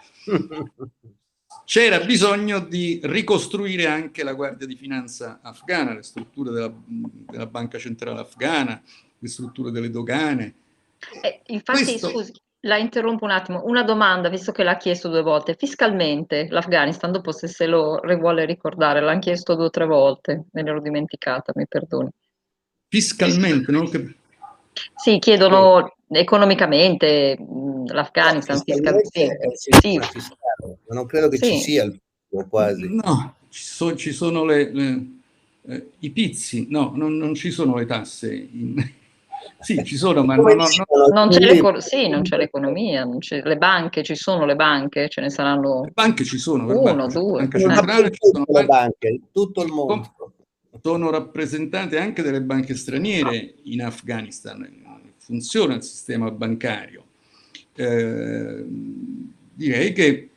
C'era bisogno di ricostruire anche la Guardia di Finanza afghana, le strutture della Banca Centrale Afghana, le strutture delle dogane. Infatti, scusi, la interrompo un attimo. Una domanda, visto che l'ha chiesto 2 volte. Fiscalmente, l'Afghanistan, dopo se lo vuole ricordare, l'hanno chiesto 2 o 3 volte, me ne ero dimenticata, mi perdoni. Fiscalmente, no? Sì, chiedono economicamente l'Afghanistan fiscalmente. Sì. Fiscale, ma non credo che ci Sì. sia quasi. No, ci sono i pizzi, no, non ci sono le tasse. Sì, ci sono, ma non c'è l'economia, le banche, ci sono le banche, ce ne saranno le banche ci sono, uno, due. Banca Centrale, ci sono le banche, in tutto il mondo. Sono rappresentate anche delle banche straniere in Afghanistan, funziona il sistema bancario. Direi che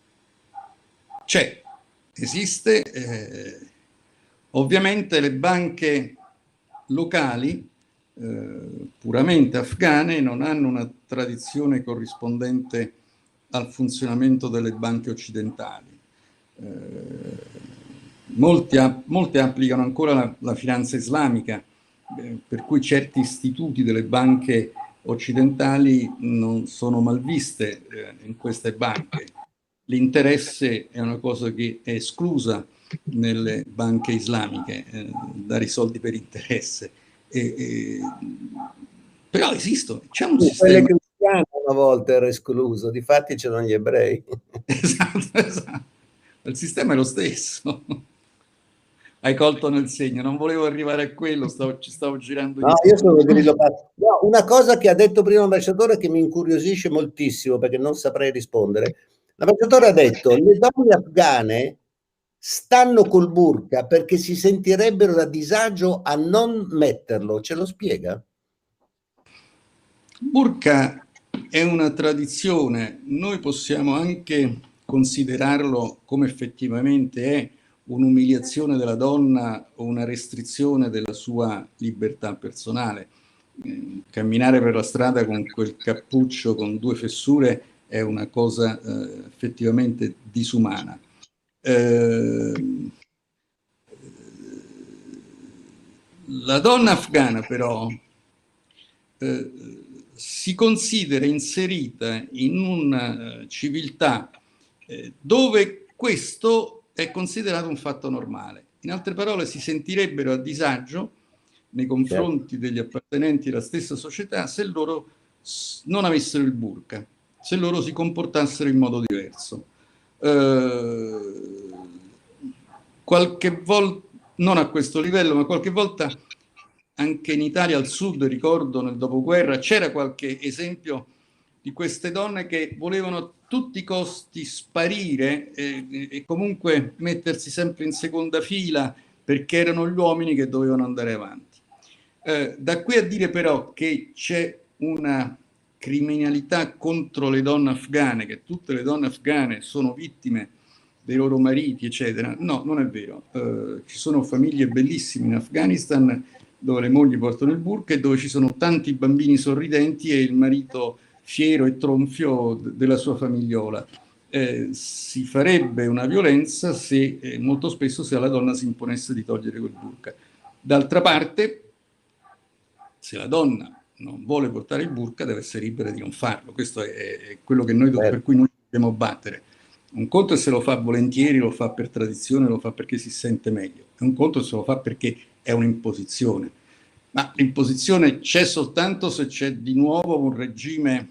esiste, ovviamente le banche locali puramente afghane non hanno una tradizione corrispondente al funzionamento delle banche occidentali. molti applicano ancora la finanza islamica, per cui certi istituti delle banche occidentali non sono malviste in queste banche. L'interesse è una cosa che è esclusa nelle banche islamiche, dare i soldi per interesse. Però esistono, c'è un sistema. Quelle cristiane una volta era escluso, difatti c'erano gli ebrei. Esatto. Il sistema è lo stesso. Hai colto nel segno, non volevo arrivare a quello, ci stavo girando. No, io sono Grillo Pazzo. No, una cosa che ha detto prima l'ambasciatore che mi incuriosisce moltissimo perché non saprei rispondere. L'ambasciatore ha detto: le donne afghane stanno col burqa perché si sentirebbero a disagio a non metterlo. Ce lo spiega? Burqa è una tradizione, noi possiamo anche considerarlo come effettivamente è un'umiliazione della donna o una restrizione della sua libertà personale. Camminare per la strada con quel cappuccio con 2 fessure è una cosa effettivamente disumana. La donna afghana però si considera inserita in una civiltà dove questo è considerato un fatto normale. In altre parole, si sentirebbero a disagio nei confronti degli appartenenti alla stessa società se loro non avessero il burqa, se loro si comportassero in modo diverso. Qualche volta, non a questo livello, ma qualche volta anche in Italia al sud, ricordo nel dopoguerra, c'era qualche esempio di queste donne che volevano a tutti i costi sparire e comunque mettersi sempre in seconda fila perché erano gli uomini che dovevano andare avanti. Da qui a dire però che c'è una criminalità contro le donne afghane, che tutte le donne afghane sono vittime dei loro mariti, eccetera, no, non è vero. Ci sono famiglie bellissime in Afghanistan dove le mogli portano il burqa e dove ci sono tanti bambini sorridenti e il marito fiero e tronfio della sua famigliola. Si farebbe una violenza se molto spesso se alla donna si imponesse di togliere quel burqa. D'altra parte, se la donna non vuole portare il burqa deve essere libera di non farlo. Questo è quello che per cui noi dobbiamo battere. Un conto è se lo fa volentieri, lo fa per tradizione, lo fa perché si sente meglio. Un conto è se lo fa perché è un'imposizione. Ma l'imposizione c'è soltanto se c'è di nuovo un regime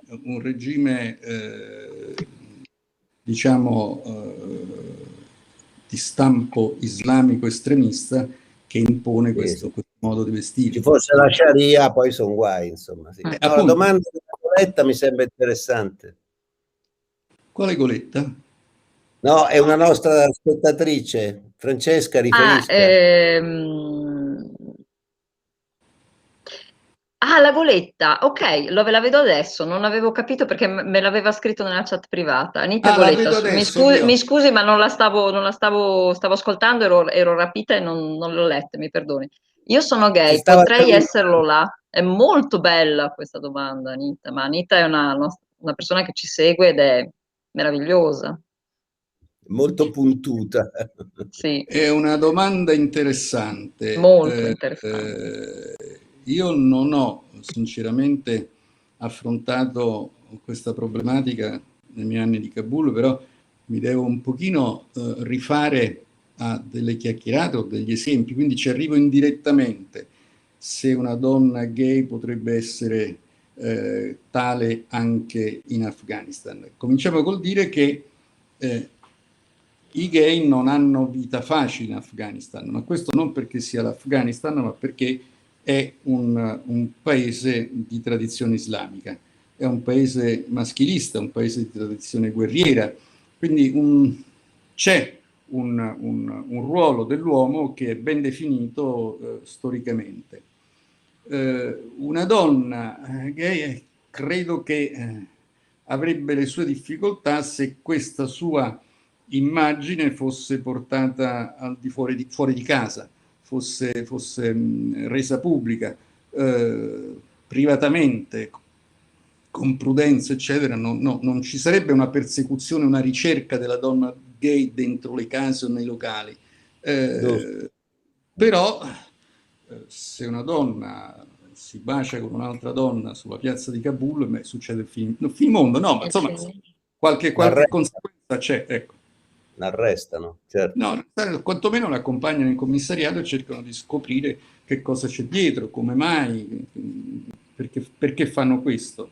diciamo di stampo islamico estremista che impone questo modo di vestire. Ci fosse la Sharia, poi sono guai, insomma. Sì. La domanda di Goletta mi sembra interessante. Quale Goletta? No, è una nostra spettatrice, Francesca, riferisca. La Goletta, ok, la vedo adesso, non avevo capito perché me l'aveva scritto nella chat privata. Anita Goletta, mi scusi, ma non la stavo ascoltando, ero rapita e non l'ho letta, mi perdoni. Io sono gay, potrei esserlo là? È molto bella questa domanda, Anita, ma Anita è una persona che ci segue ed è meravigliosa. Molto puntuta. Sì. È una domanda interessante. Molto interessante. Io non ho sinceramente affrontato questa problematica nei miei anni di Kabul, però mi devo un pochino rifare a delle chiacchierate o degli esempi, quindi ci arrivo indirettamente se una donna gay potrebbe essere tale anche in Afghanistan. Cominciamo col dire che i gay non hanno vita facile in Afghanistan, ma questo non perché sia l'Afghanistan, ma perché è un paese di tradizione islamica, è un paese maschilista, un paese di tradizione guerriera, quindi c'è un ruolo dell'uomo che è ben definito storicamente. Una donna gay credo che avrebbe le sue difficoltà se questa sua immagine fosse portata al di fuori di casa, fosse resa pubblica, privatamente, con prudenza, eccetera. Non ci sarebbe una persecuzione, una ricerca della donna gay dentro le case o nei locali. Però se una donna si bacia con un'altra donna sulla piazza di Kabul, succede il finimondo, no, ma insomma qualche conseguenza c'è, ecco. L'arrestano, certo. No, quantomeno l'accompagnano in commissariato e cercano di scoprire che cosa c'è dietro, come mai, perché fanno questo.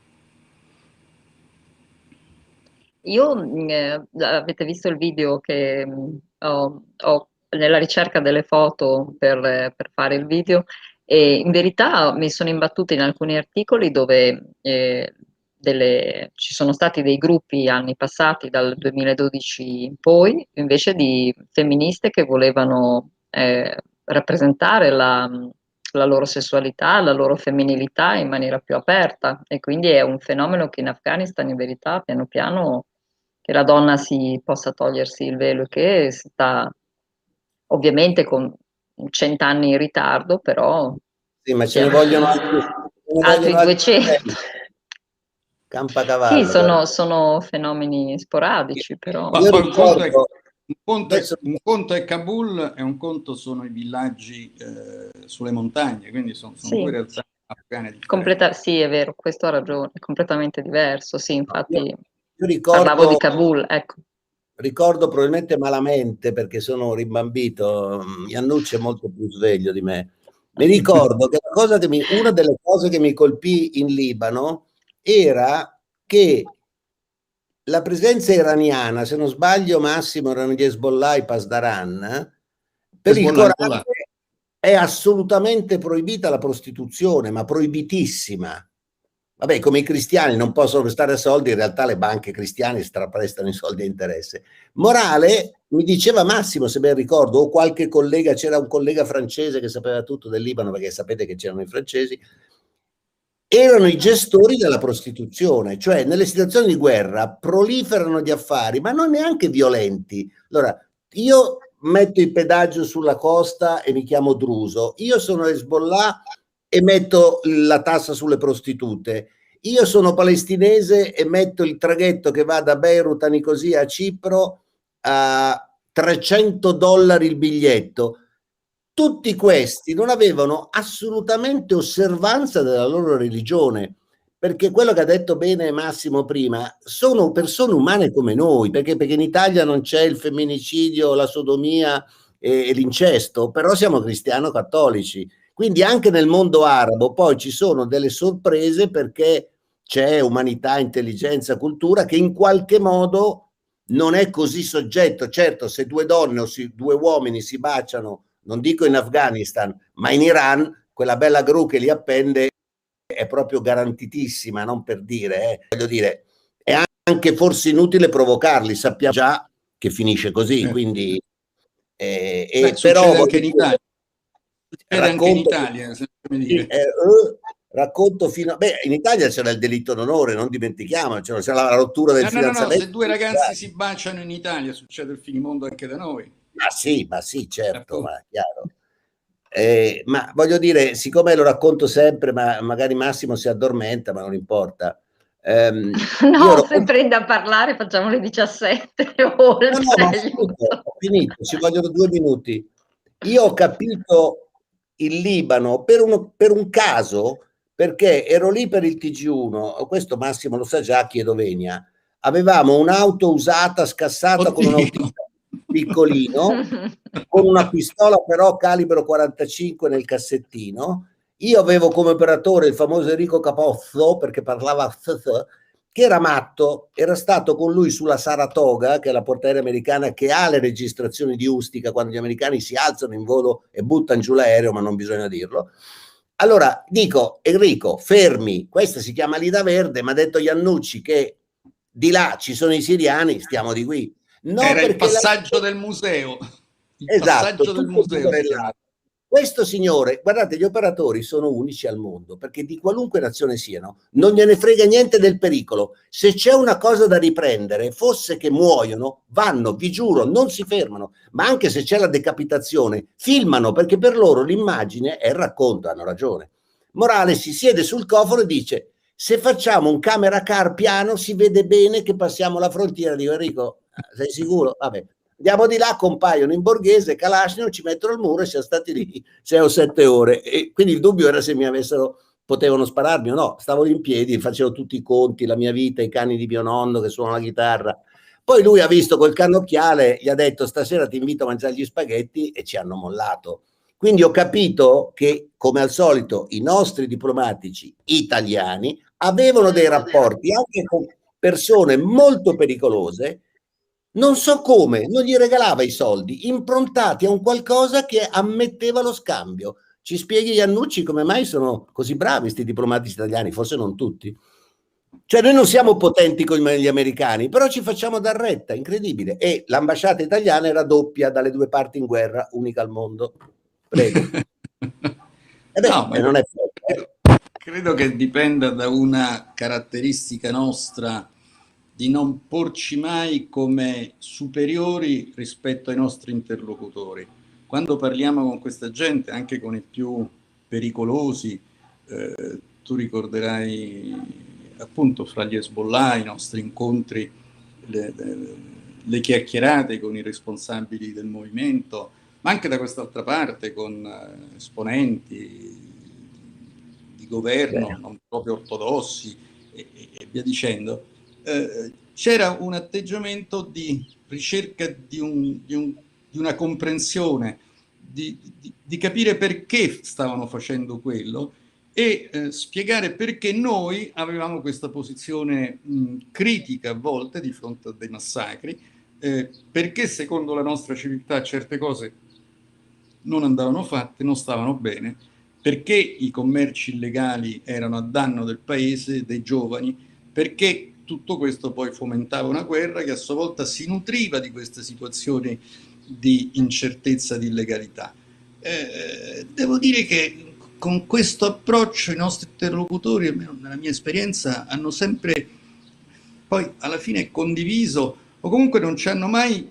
Avete visto il video che ho nella ricerca delle foto per fare il video, e in verità mi sono imbattuta in alcuni articoli dove ci sono stati dei gruppi anni passati, dal 2012 in poi, invece, di femministe che volevano rappresentare la loro sessualità, la loro femminilità in maniera più aperta, e quindi è un fenomeno che in Afghanistan in verità piano piano, che la donna si possa togliersi il velo, che sta ovviamente con 100 anni in ritardo, però sì, ma ce ne vogliono altri 200. Campacavallo. Sì, sono fenomeni sporadici, però. Ma poi un conto è Kabul e un conto sono i villaggi sulle montagne, quindi sono due realtà afghane differenti. Sì, è vero, questo ha ragione, è completamente diverso, sì, infatti io parlavo di Kabul, ecco. Ricordo probabilmente malamente, perché sono rimbambito, Iannucci è molto più sveglio di me. Mi ricordo che una delle cose che mi colpì in Libano era che la presenza iraniana, se non sbaglio Massimo erano gli Hezbollah, i Pasdaran, per il Corano è assolutamente proibita la prostituzione, ma proibitissima. Vabbè, come i cristiani non possono prestare soldi, in realtà le banche cristiane straprestano i soldi a interesse. Morale, mi diceva Massimo, se ben ricordo, o qualche collega, c'era un collega francese che sapeva tutto del Libano, perché sapete che c'erano i francesi, erano i gestori della prostituzione, cioè nelle situazioni di guerra proliferano gli affari, ma non neanche violenti. Allora, io metto il pedaggio sulla costa e mi chiamo Druso, io sono Hezbollah e metto la tassa sulle prostitute, io sono palestinese e metto il traghetto che va da Beirut a Nicosia a Cipro a $300 il biglietto. Tutti questi non avevano assolutamente osservanza della loro religione, perché quello che ha detto bene Massimo prima, sono persone umane come noi, perché in Italia non c'è il femminicidio, la sodomia e l'incesto, però siamo cristiano-cattolici. Quindi anche nel mondo arabo poi ci sono delle sorprese, perché c'è umanità, intelligenza, cultura che in qualche modo non è così soggetto. Certo, se due donne o due uomini si baciano, non dico in Afghanistan, ma in Iran, quella bella gru che li appende è proprio garantitissima, non per dire, voglio dire, è anche forse inutile provocarli, sappiamo già che finisce così, quindi però anche in Italia. Racconto, anche in Italia, racconto fino a... Beh, in Italia c'era il delitto d'onore, non dimentichiamo, c'era la rottura del fidanzamento. No, se due ragazzi si baciano in Italia succede il finimondo anche da noi. Ma sì, certo, ma chiaro. Ma voglio dire, siccome lo racconto sempre, ma magari Massimo si addormenta, ma non importa. No, se prende a parlare facciamo le 17 oltre. No, ho finito, ci vogliono 2 minuti. Io ho capito il Libano per un caso, perché ero lì per il TG1, questo Massimo lo sa già, chiedo venia. Avevamo un'auto usata, scassata, con un autista piccolino, con una pistola però calibro 45 nel cassettino. Io avevo come operatore il famoso Enrico Capozzo, perché parlava che era matto, era stato con lui sulla Saratoga, che è la portaerei americana che ha le registrazioni di Ustica, quando gli americani si alzano in volo e buttano giù l'aereo, ma non bisogna dirlo. Allora dico, Enrico, fermi, questa si chiama Lida Verde, ma ha detto Iannucci che di là ci sono i siriani, stiamo di qui. No, era il passaggio del museo. Passaggio del museo. Questo signore, guardate, gli operatori sono unici al mondo, perché di qualunque nazione siano, non gliene frega niente del pericolo. Se c'è una cosa da riprendere, fosse che muoiono, vanno, vi giuro, non si fermano. Ma anche se c'è la decapitazione, filmano, perché per loro l'immagine è il racconto, hanno ragione. Morale si siede sul cofano e dice: se facciamo un camera car piano si vede bene che passiamo la frontiera. Dico, Enrico, Sei sicuro? Vabbè. Andiamo di là, compaiono in Borghese, Kalashnikov, ci mettono al muro e siamo stati lì 6 o 7 ore. E quindi il dubbio era se potevano spararmi o no. Stavo lì in piedi, facevo tutti i conti, la mia vita, i cani di mio nonno che suonano la chitarra. Poi lui ha visto col cannocchiale, gli ha detto stasera ti invito a mangiare gli spaghetti e ci hanno mollato. Quindi ho capito che, come al solito, i nostri diplomatici italiani avevano dei rapporti anche con persone molto pericolose, non so come, non gli regalava i soldi, improntati a un qualcosa che ammetteva lo scambio. Ci spieghi Iannucci come mai sono così bravi questi diplomatici italiani, forse non tutti. Cioè noi non siamo potenti come gli americani, però ci facciamo dar retta, incredibile. E l'ambasciata italiana era doppia dalle due parti in guerra, unica al mondo. Prego. No, ma non è credo che dipenda da una caratteristica nostra di non porci mai come superiori rispetto ai nostri interlocutori. Quando parliamo con questa gente, anche con i più pericolosi, tu ricorderai appunto fra gli Hezbollah, i nostri incontri, le chiacchierate con i responsabili del movimento, ma anche da quest'altra parte con esponenti di governo non proprio ortodossi e via dicendo. C'era un atteggiamento di ricerca di una comprensione, di capire perché stavano facendo quello e spiegare perché noi avevamo questa posizione critica a volte di fronte a dei massacri, perché secondo la nostra civiltà certe cose non andavano fatte, non stavano bene, perché i commerci illegali erano a danno del paese, dei giovani, perché tutto questo poi fomentava una guerra che a sua volta si nutriva di queste situazioni di incertezza, di illegalità. Devo dire che con questo approccio i nostri interlocutori, almeno nella mia esperienza, hanno sempre poi alla fine condiviso o comunque non ci hanno mai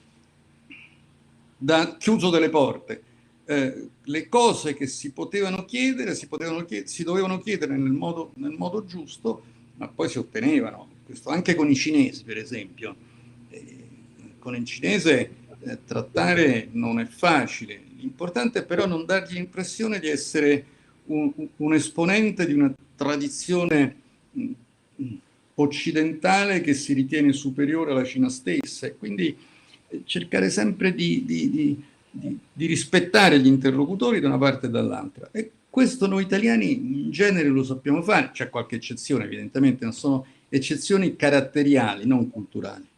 chiuso delle porte. Le cose che si potevano chiedere, si dovevano chiedere nel modo giusto, ma poi si ottenevano. Questo anche con i cinesi, per esempio. Con il cinese trattare non è facile. L'importante è però non dargli l'impressione di essere un esponente di una tradizione occidentale che si ritiene superiore alla Cina stessa, e quindi cercare sempre di rispettare gli interlocutori da una parte e dall'altra. E questo noi italiani in genere lo sappiamo fare, c'è qualche eccezione evidentemente, non sono eccezioni caratteriali, non culturali.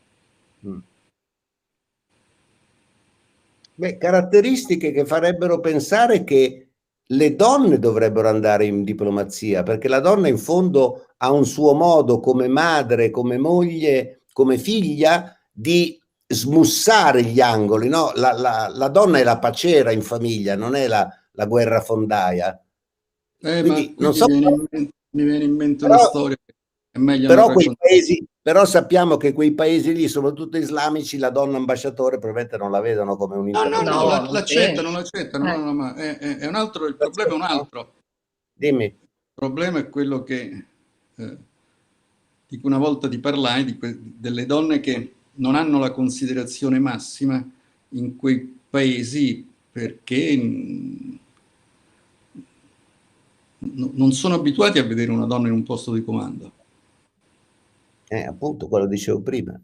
Beh, caratteristiche che farebbero pensare che le donne dovrebbero andare in diplomazia, perché la donna in fondo ha un suo modo come madre, come moglie, come figlia di smussare gli angoli, no? La donna è la pacera in famiglia, non è la guerrafondaia. Quindi, non so, mi viene in mente una storia che è meglio però però sappiamo che quei paesi lì, soprattutto islamici, la donna ambasciatore probabilmente non la vedono come un no, l'accettano, no, ma è un altro, il problema è un altro. Dimmi. Il problema è quello che di cui una volta ti parlai, delle donne che non hanno la considerazione massima in quei paesi perché non sono abituati a vedere una donna in un posto di comando. Appunto, quello dicevo prima.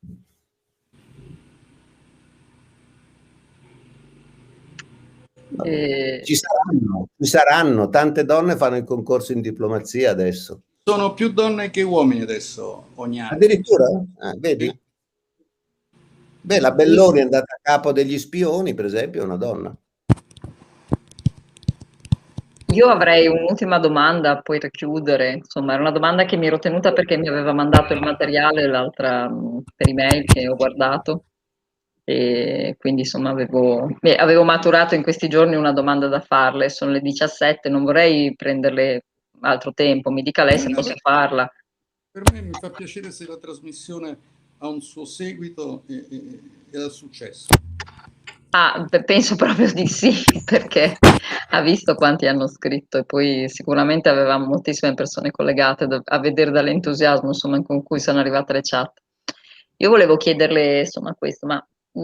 Ci saranno, tante donne fanno il concorso in diplomazia adesso. Sono più donne che uomini adesso ogni anno. Addirittura? Vedi? Sì. Beh, la Belloni è andata a capo degli spioni, per esempio, è una donna. Io avrei un'ultima domanda, poi per chiudere. Insomma, era una domanda che mi ero tenuta perché mi aveva mandato il materiale l'altra per email che ho guardato. E quindi insomma avevo maturato in questi giorni una domanda da farle. Sono le 17, non vorrei prenderle altro tempo. Mi dica lei se posso farla. Per me mi fa piacere se la trasmissione ha un suo seguito e ha successo. Penso proprio di sì, perché ha visto quanti hanno scritto e poi sicuramente avevamo moltissime persone collegate a vedere dall'entusiasmo insomma con cui sono arrivate le chat. Io volevo chiederle, insomma, questo, ma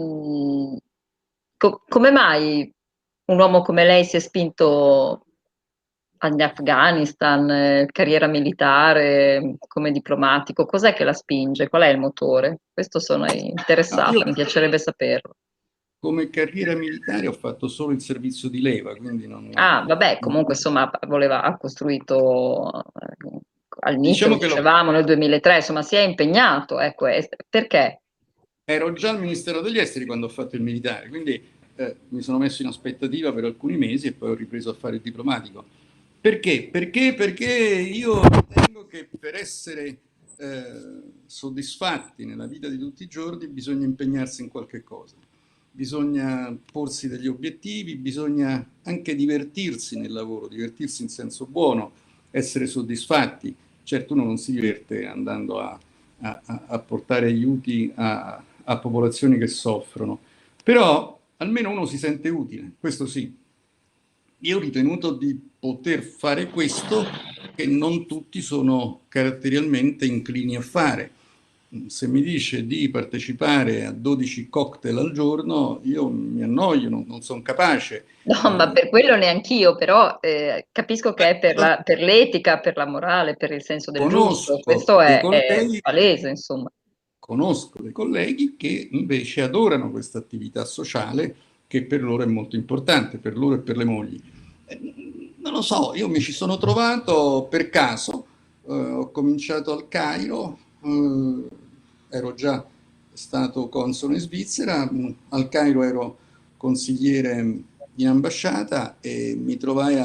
come mai un uomo come lei si è spinto in Afghanistan, carriera militare, come diplomatico? Cos'è che la spinge? Qual è il motore? Questo sono No, io interessata, mi piacerebbe saperlo. come carriera militare ho fatto solo il servizio di leva, quindi Ah, vabbè, comunque insomma ha costruito all'inizio, lo diciamo che dicevamo, nel 2003, insomma si è impegnato, ecco, perché? ero già al Ministero degli Esteri quando ho fatto il militare, quindi mi sono messo in aspettativa per alcuni mesi e poi ho ripreso a fare il diplomatico. Perché? Perché io ritengo che per essere soddisfatti nella vita di tutti i giorni bisogna impegnarsi in qualche cosa, bisogna porsi degli obiettivi, bisogna anche divertirsi nel lavoro, divertirsi in senso buono, essere soddisfatti. Certo uno non si diverte andando a portare aiuti a popolazioni che soffrono, però almeno uno si sente utile, questo sì. Io ho ritenuto di poter fare questo che non tutti sono caratterialmente inclini a fare. Se mi dice di partecipare a 12 cocktail al giorno, io mi annoio, non sono capace. No, ma per quello neanch'io, però capisco che è per l'etica, per la morale, per il senso del giusto, Conosco questo dei è colleghi palese, insomma. Conosco dei colleghi che invece adorano questa attività sociale che per loro è molto importante, per loro e per le mogli. Non lo so, io mi ci sono trovato per caso, ho cominciato al Cairo, ero già stato console in Svizzera, al Cairo ero consigliere in ambasciata e mi trovai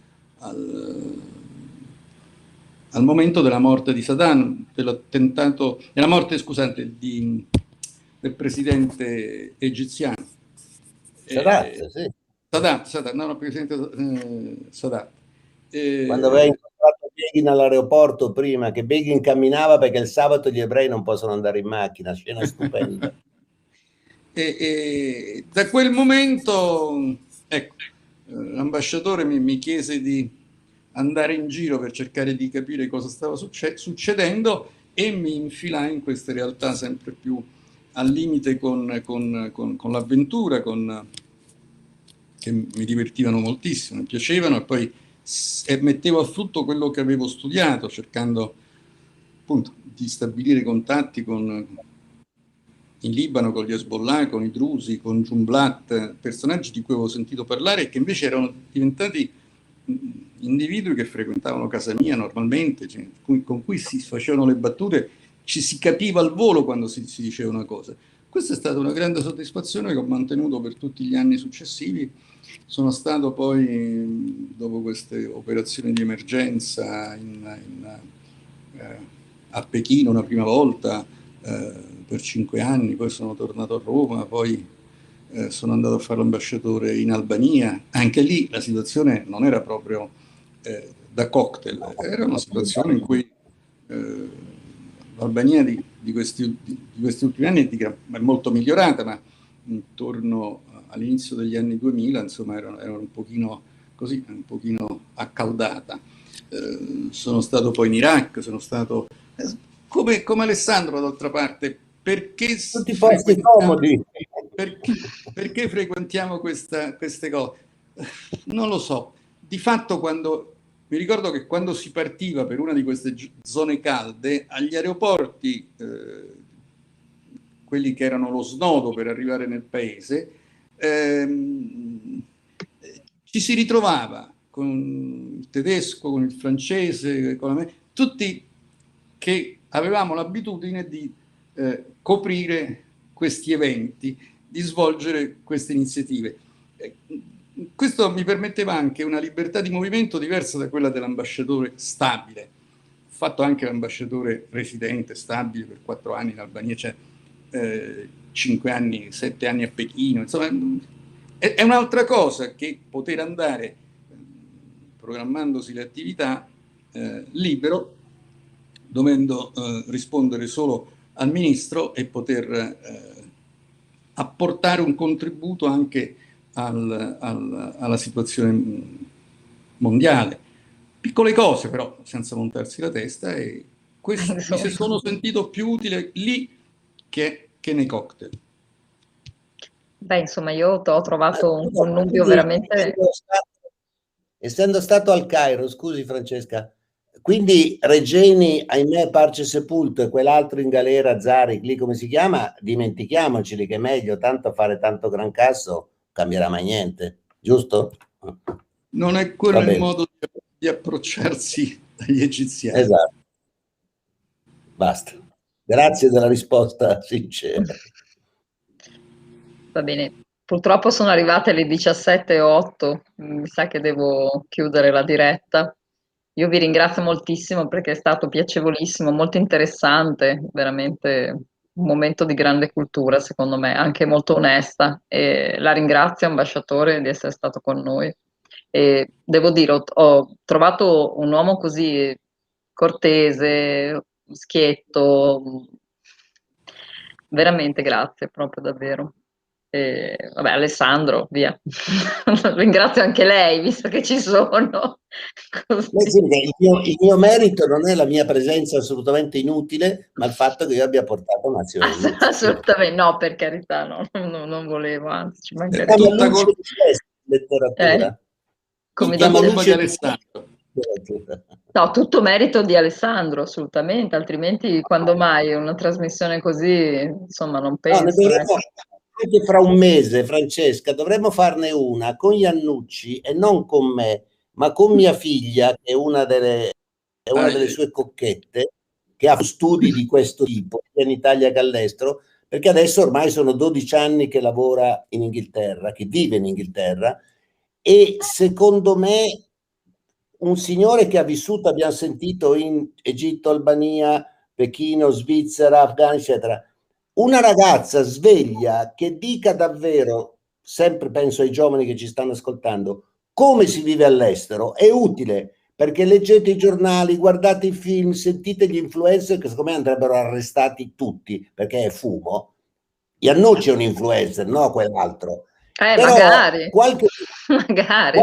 al momento della morte di Saddam, dell'attentato, della morte, scusate, del presidente egiziano. Sadat, sì. Sadat, no, presidente Sadat. Quando aveva incontrato Begin all'aeroporto prima, che Begin camminava perché il sabato gli ebrei non possono andare in macchina, scena stupenda. E da quel momento, ecco, l'ambasciatore mi chiese di andare in giro per cercare di capire cosa stava succedendo e mi infilai in queste realtà sempre più al limite con l'avventura, che mi divertivano moltissimo, mi piacevano e poi mettevo a frutto quello che avevo studiato, cercando appunto di stabilire contatti in Libano con gli Hezbollah, con i Drusi, con Jumblat, personaggi di cui avevo sentito parlare e che invece erano diventati individui che frequentavano casa mia normalmente, cioè, con cui si facevano le battute, ci si capiva al volo quando si diceva una cosa. Questa è stata una grande soddisfazione che ho mantenuto per tutti gli anni successivi. Sono stato poi, dopo queste operazioni di emergenza a Pechino una prima volta, per 5 anni, poi sono tornato a Roma, poi sono andato a fare l'ambasciatore in Albania. Anche lì la situazione non era proprio da cocktail, era una situazione in cui l'Albania di questi ultimi anni è molto migliorata, ma intorno all'inizio degli anni 2000 insomma era un pochino così, un pochino accaldata. Sono stato poi in Iraq, sono stato come Alessandro d'altra parte, perché Tutti i posti comodi. perché frequentiamo queste cose? Non lo so. Di fatto mi ricordo che quando si partiva per una di queste zone calde, agli aeroporti, quelli che erano lo snodo per arrivare nel paese, ci si ritrovava con il tedesco, con il francese, tutti che avevamo l'abitudine di coprire questi eventi, di svolgere queste iniziative. Questo mi permetteva anche una libertà di movimento diversa da quella dell'ambasciatore stabile. Ho fatto anche l'ambasciatore residente stabile per 4 anni in Albania, cioè 5 anni, 7 anni a Pechino, insomma è un'altra cosa che poter andare programmandosi le attività libero, dovendo rispondere solo al ministro e poter apportare un contributo anche alla situazione mondiale. Piccole cose però, senza montarsi la testa, e mi sono sentito più utile lì che nei cocktail. Beh, insomma, io ho trovato un connubio veramente... Essendo stato al Cairo, scusi Francesca, quindi Regeni, ahimè, parce sepulto, e quell'altro in galera, Zari, lì come si chiama, dimentichiamoceli che è meglio, tanto fare tanto gran casso cambierà mai niente, giusto? Non è quello il modo di approcciarsi agli egiziani. Esatto. Basta. Grazie della risposta sincera. Va bene. Purtroppo sono arrivate le 17:08, mi sa che devo chiudere la diretta. Io vi ringrazio moltissimo perché è stato piacevolissimo, molto interessante, veramente un momento di grande cultura, secondo me, anche molto onesta. E la ringrazio, ambasciatore, di essere stato con noi. E devo dire, ho trovato un uomo così cortese, schietto, veramente grazie, proprio davvero. E, vabbè, Alessandro, via. Ringrazio anche lei, visto che ci sono. Così. Il mio merito non è la mia presenza assolutamente inutile, ma il fatto che io abbia portato Massimo Iannucci. Assolutamente no, per carità, no, non volevo, anzi ci mancherebbe. Tutta colpa letteratura. Come colpa di Alessandro. No, tutto merito di Alessandro, assolutamente, altrimenti quando mai una trasmissione così, insomma, non penso. Anche fra un mese, Francesca, dovremmo farne una con Iannucci e non con me, ma con mia figlia, che è una delle sue cocchette, che ha studi di questo tipo, sia in Italia che all'estero, perché adesso ormai sono 12 anni che lavora in Inghilterra, che vive in Inghilterra, e secondo me un signore che ha vissuto, abbiamo sentito, in Egitto, Albania, Pechino, Svizzera, Afghanistan, eccetera. Una ragazza sveglia che dica davvero, sempre penso ai giovani che ci stanno ascoltando, come si vive all'estero, è utile, perché leggete i giornali, guardate i film, sentite gli influencer che secondo me andrebbero arrestati tutti, perché è fumo. Iannucci è un influencer, no quell'altro. Però magari. magari.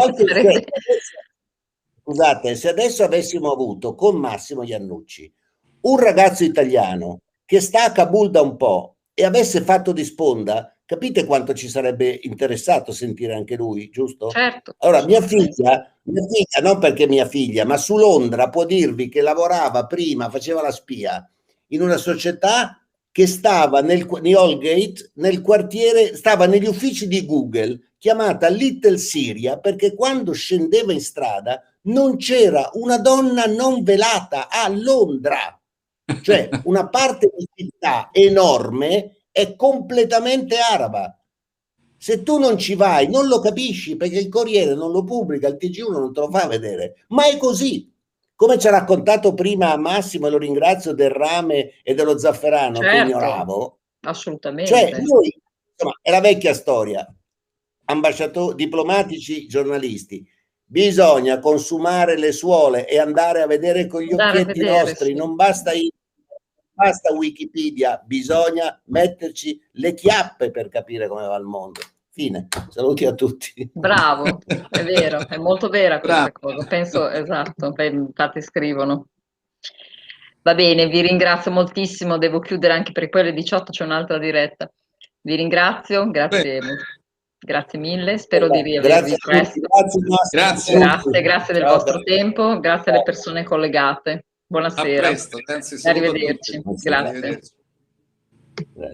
Scusate, se adesso avessimo avuto con Massimo Iannucci un ragazzo italiano che sta a Kabul da un po' e avesse fatto di sponda, capite quanto ci sarebbe interessato sentire anche lui, giusto? Certo. Allora, mia figlia, non perché mia figlia, ma su Londra può dirvi che lavorava prima, faceva la spia in una società che stava in Holgate, nel quartiere, stava negli uffici di Google, chiamata Little Syria, perché quando scendeva in strada non c'era una donna non velata a Londra. Cioè una parte di città enorme è completamente araba. Se tu non ci vai non lo capisci, perché il Corriere non lo pubblica, il TG1 non te lo fa vedere, ma è così. Come ci ha raccontato prima Massimo, e lo ringrazio, del rame e dello zafferano, certo, che ignoravo. Assolutamente. Cioè noi, insomma, è la vecchia storia, ambasciatori, diplomatici, giornalisti. Bisogna consumare le suole e andare a vedere con gli occhietti nostri, sì. Non basta Wikipedia, bisogna metterci le chiappe per capire come va il mondo. Fine. Saluti a tutti. Bravo, è vero, è molto vera questa cosa. Penso, esatto, infatti scrivono. Va bene, vi ringrazio moltissimo, devo chiudere anche perché poi alle 18 c'è un'altra diretta. Vi ringrazio, grazie mille, spero di riavervi presto. Grazie del vostro tempo, grazie alle persone collegate. Buonasera. A presto, arrivederci. Grazie.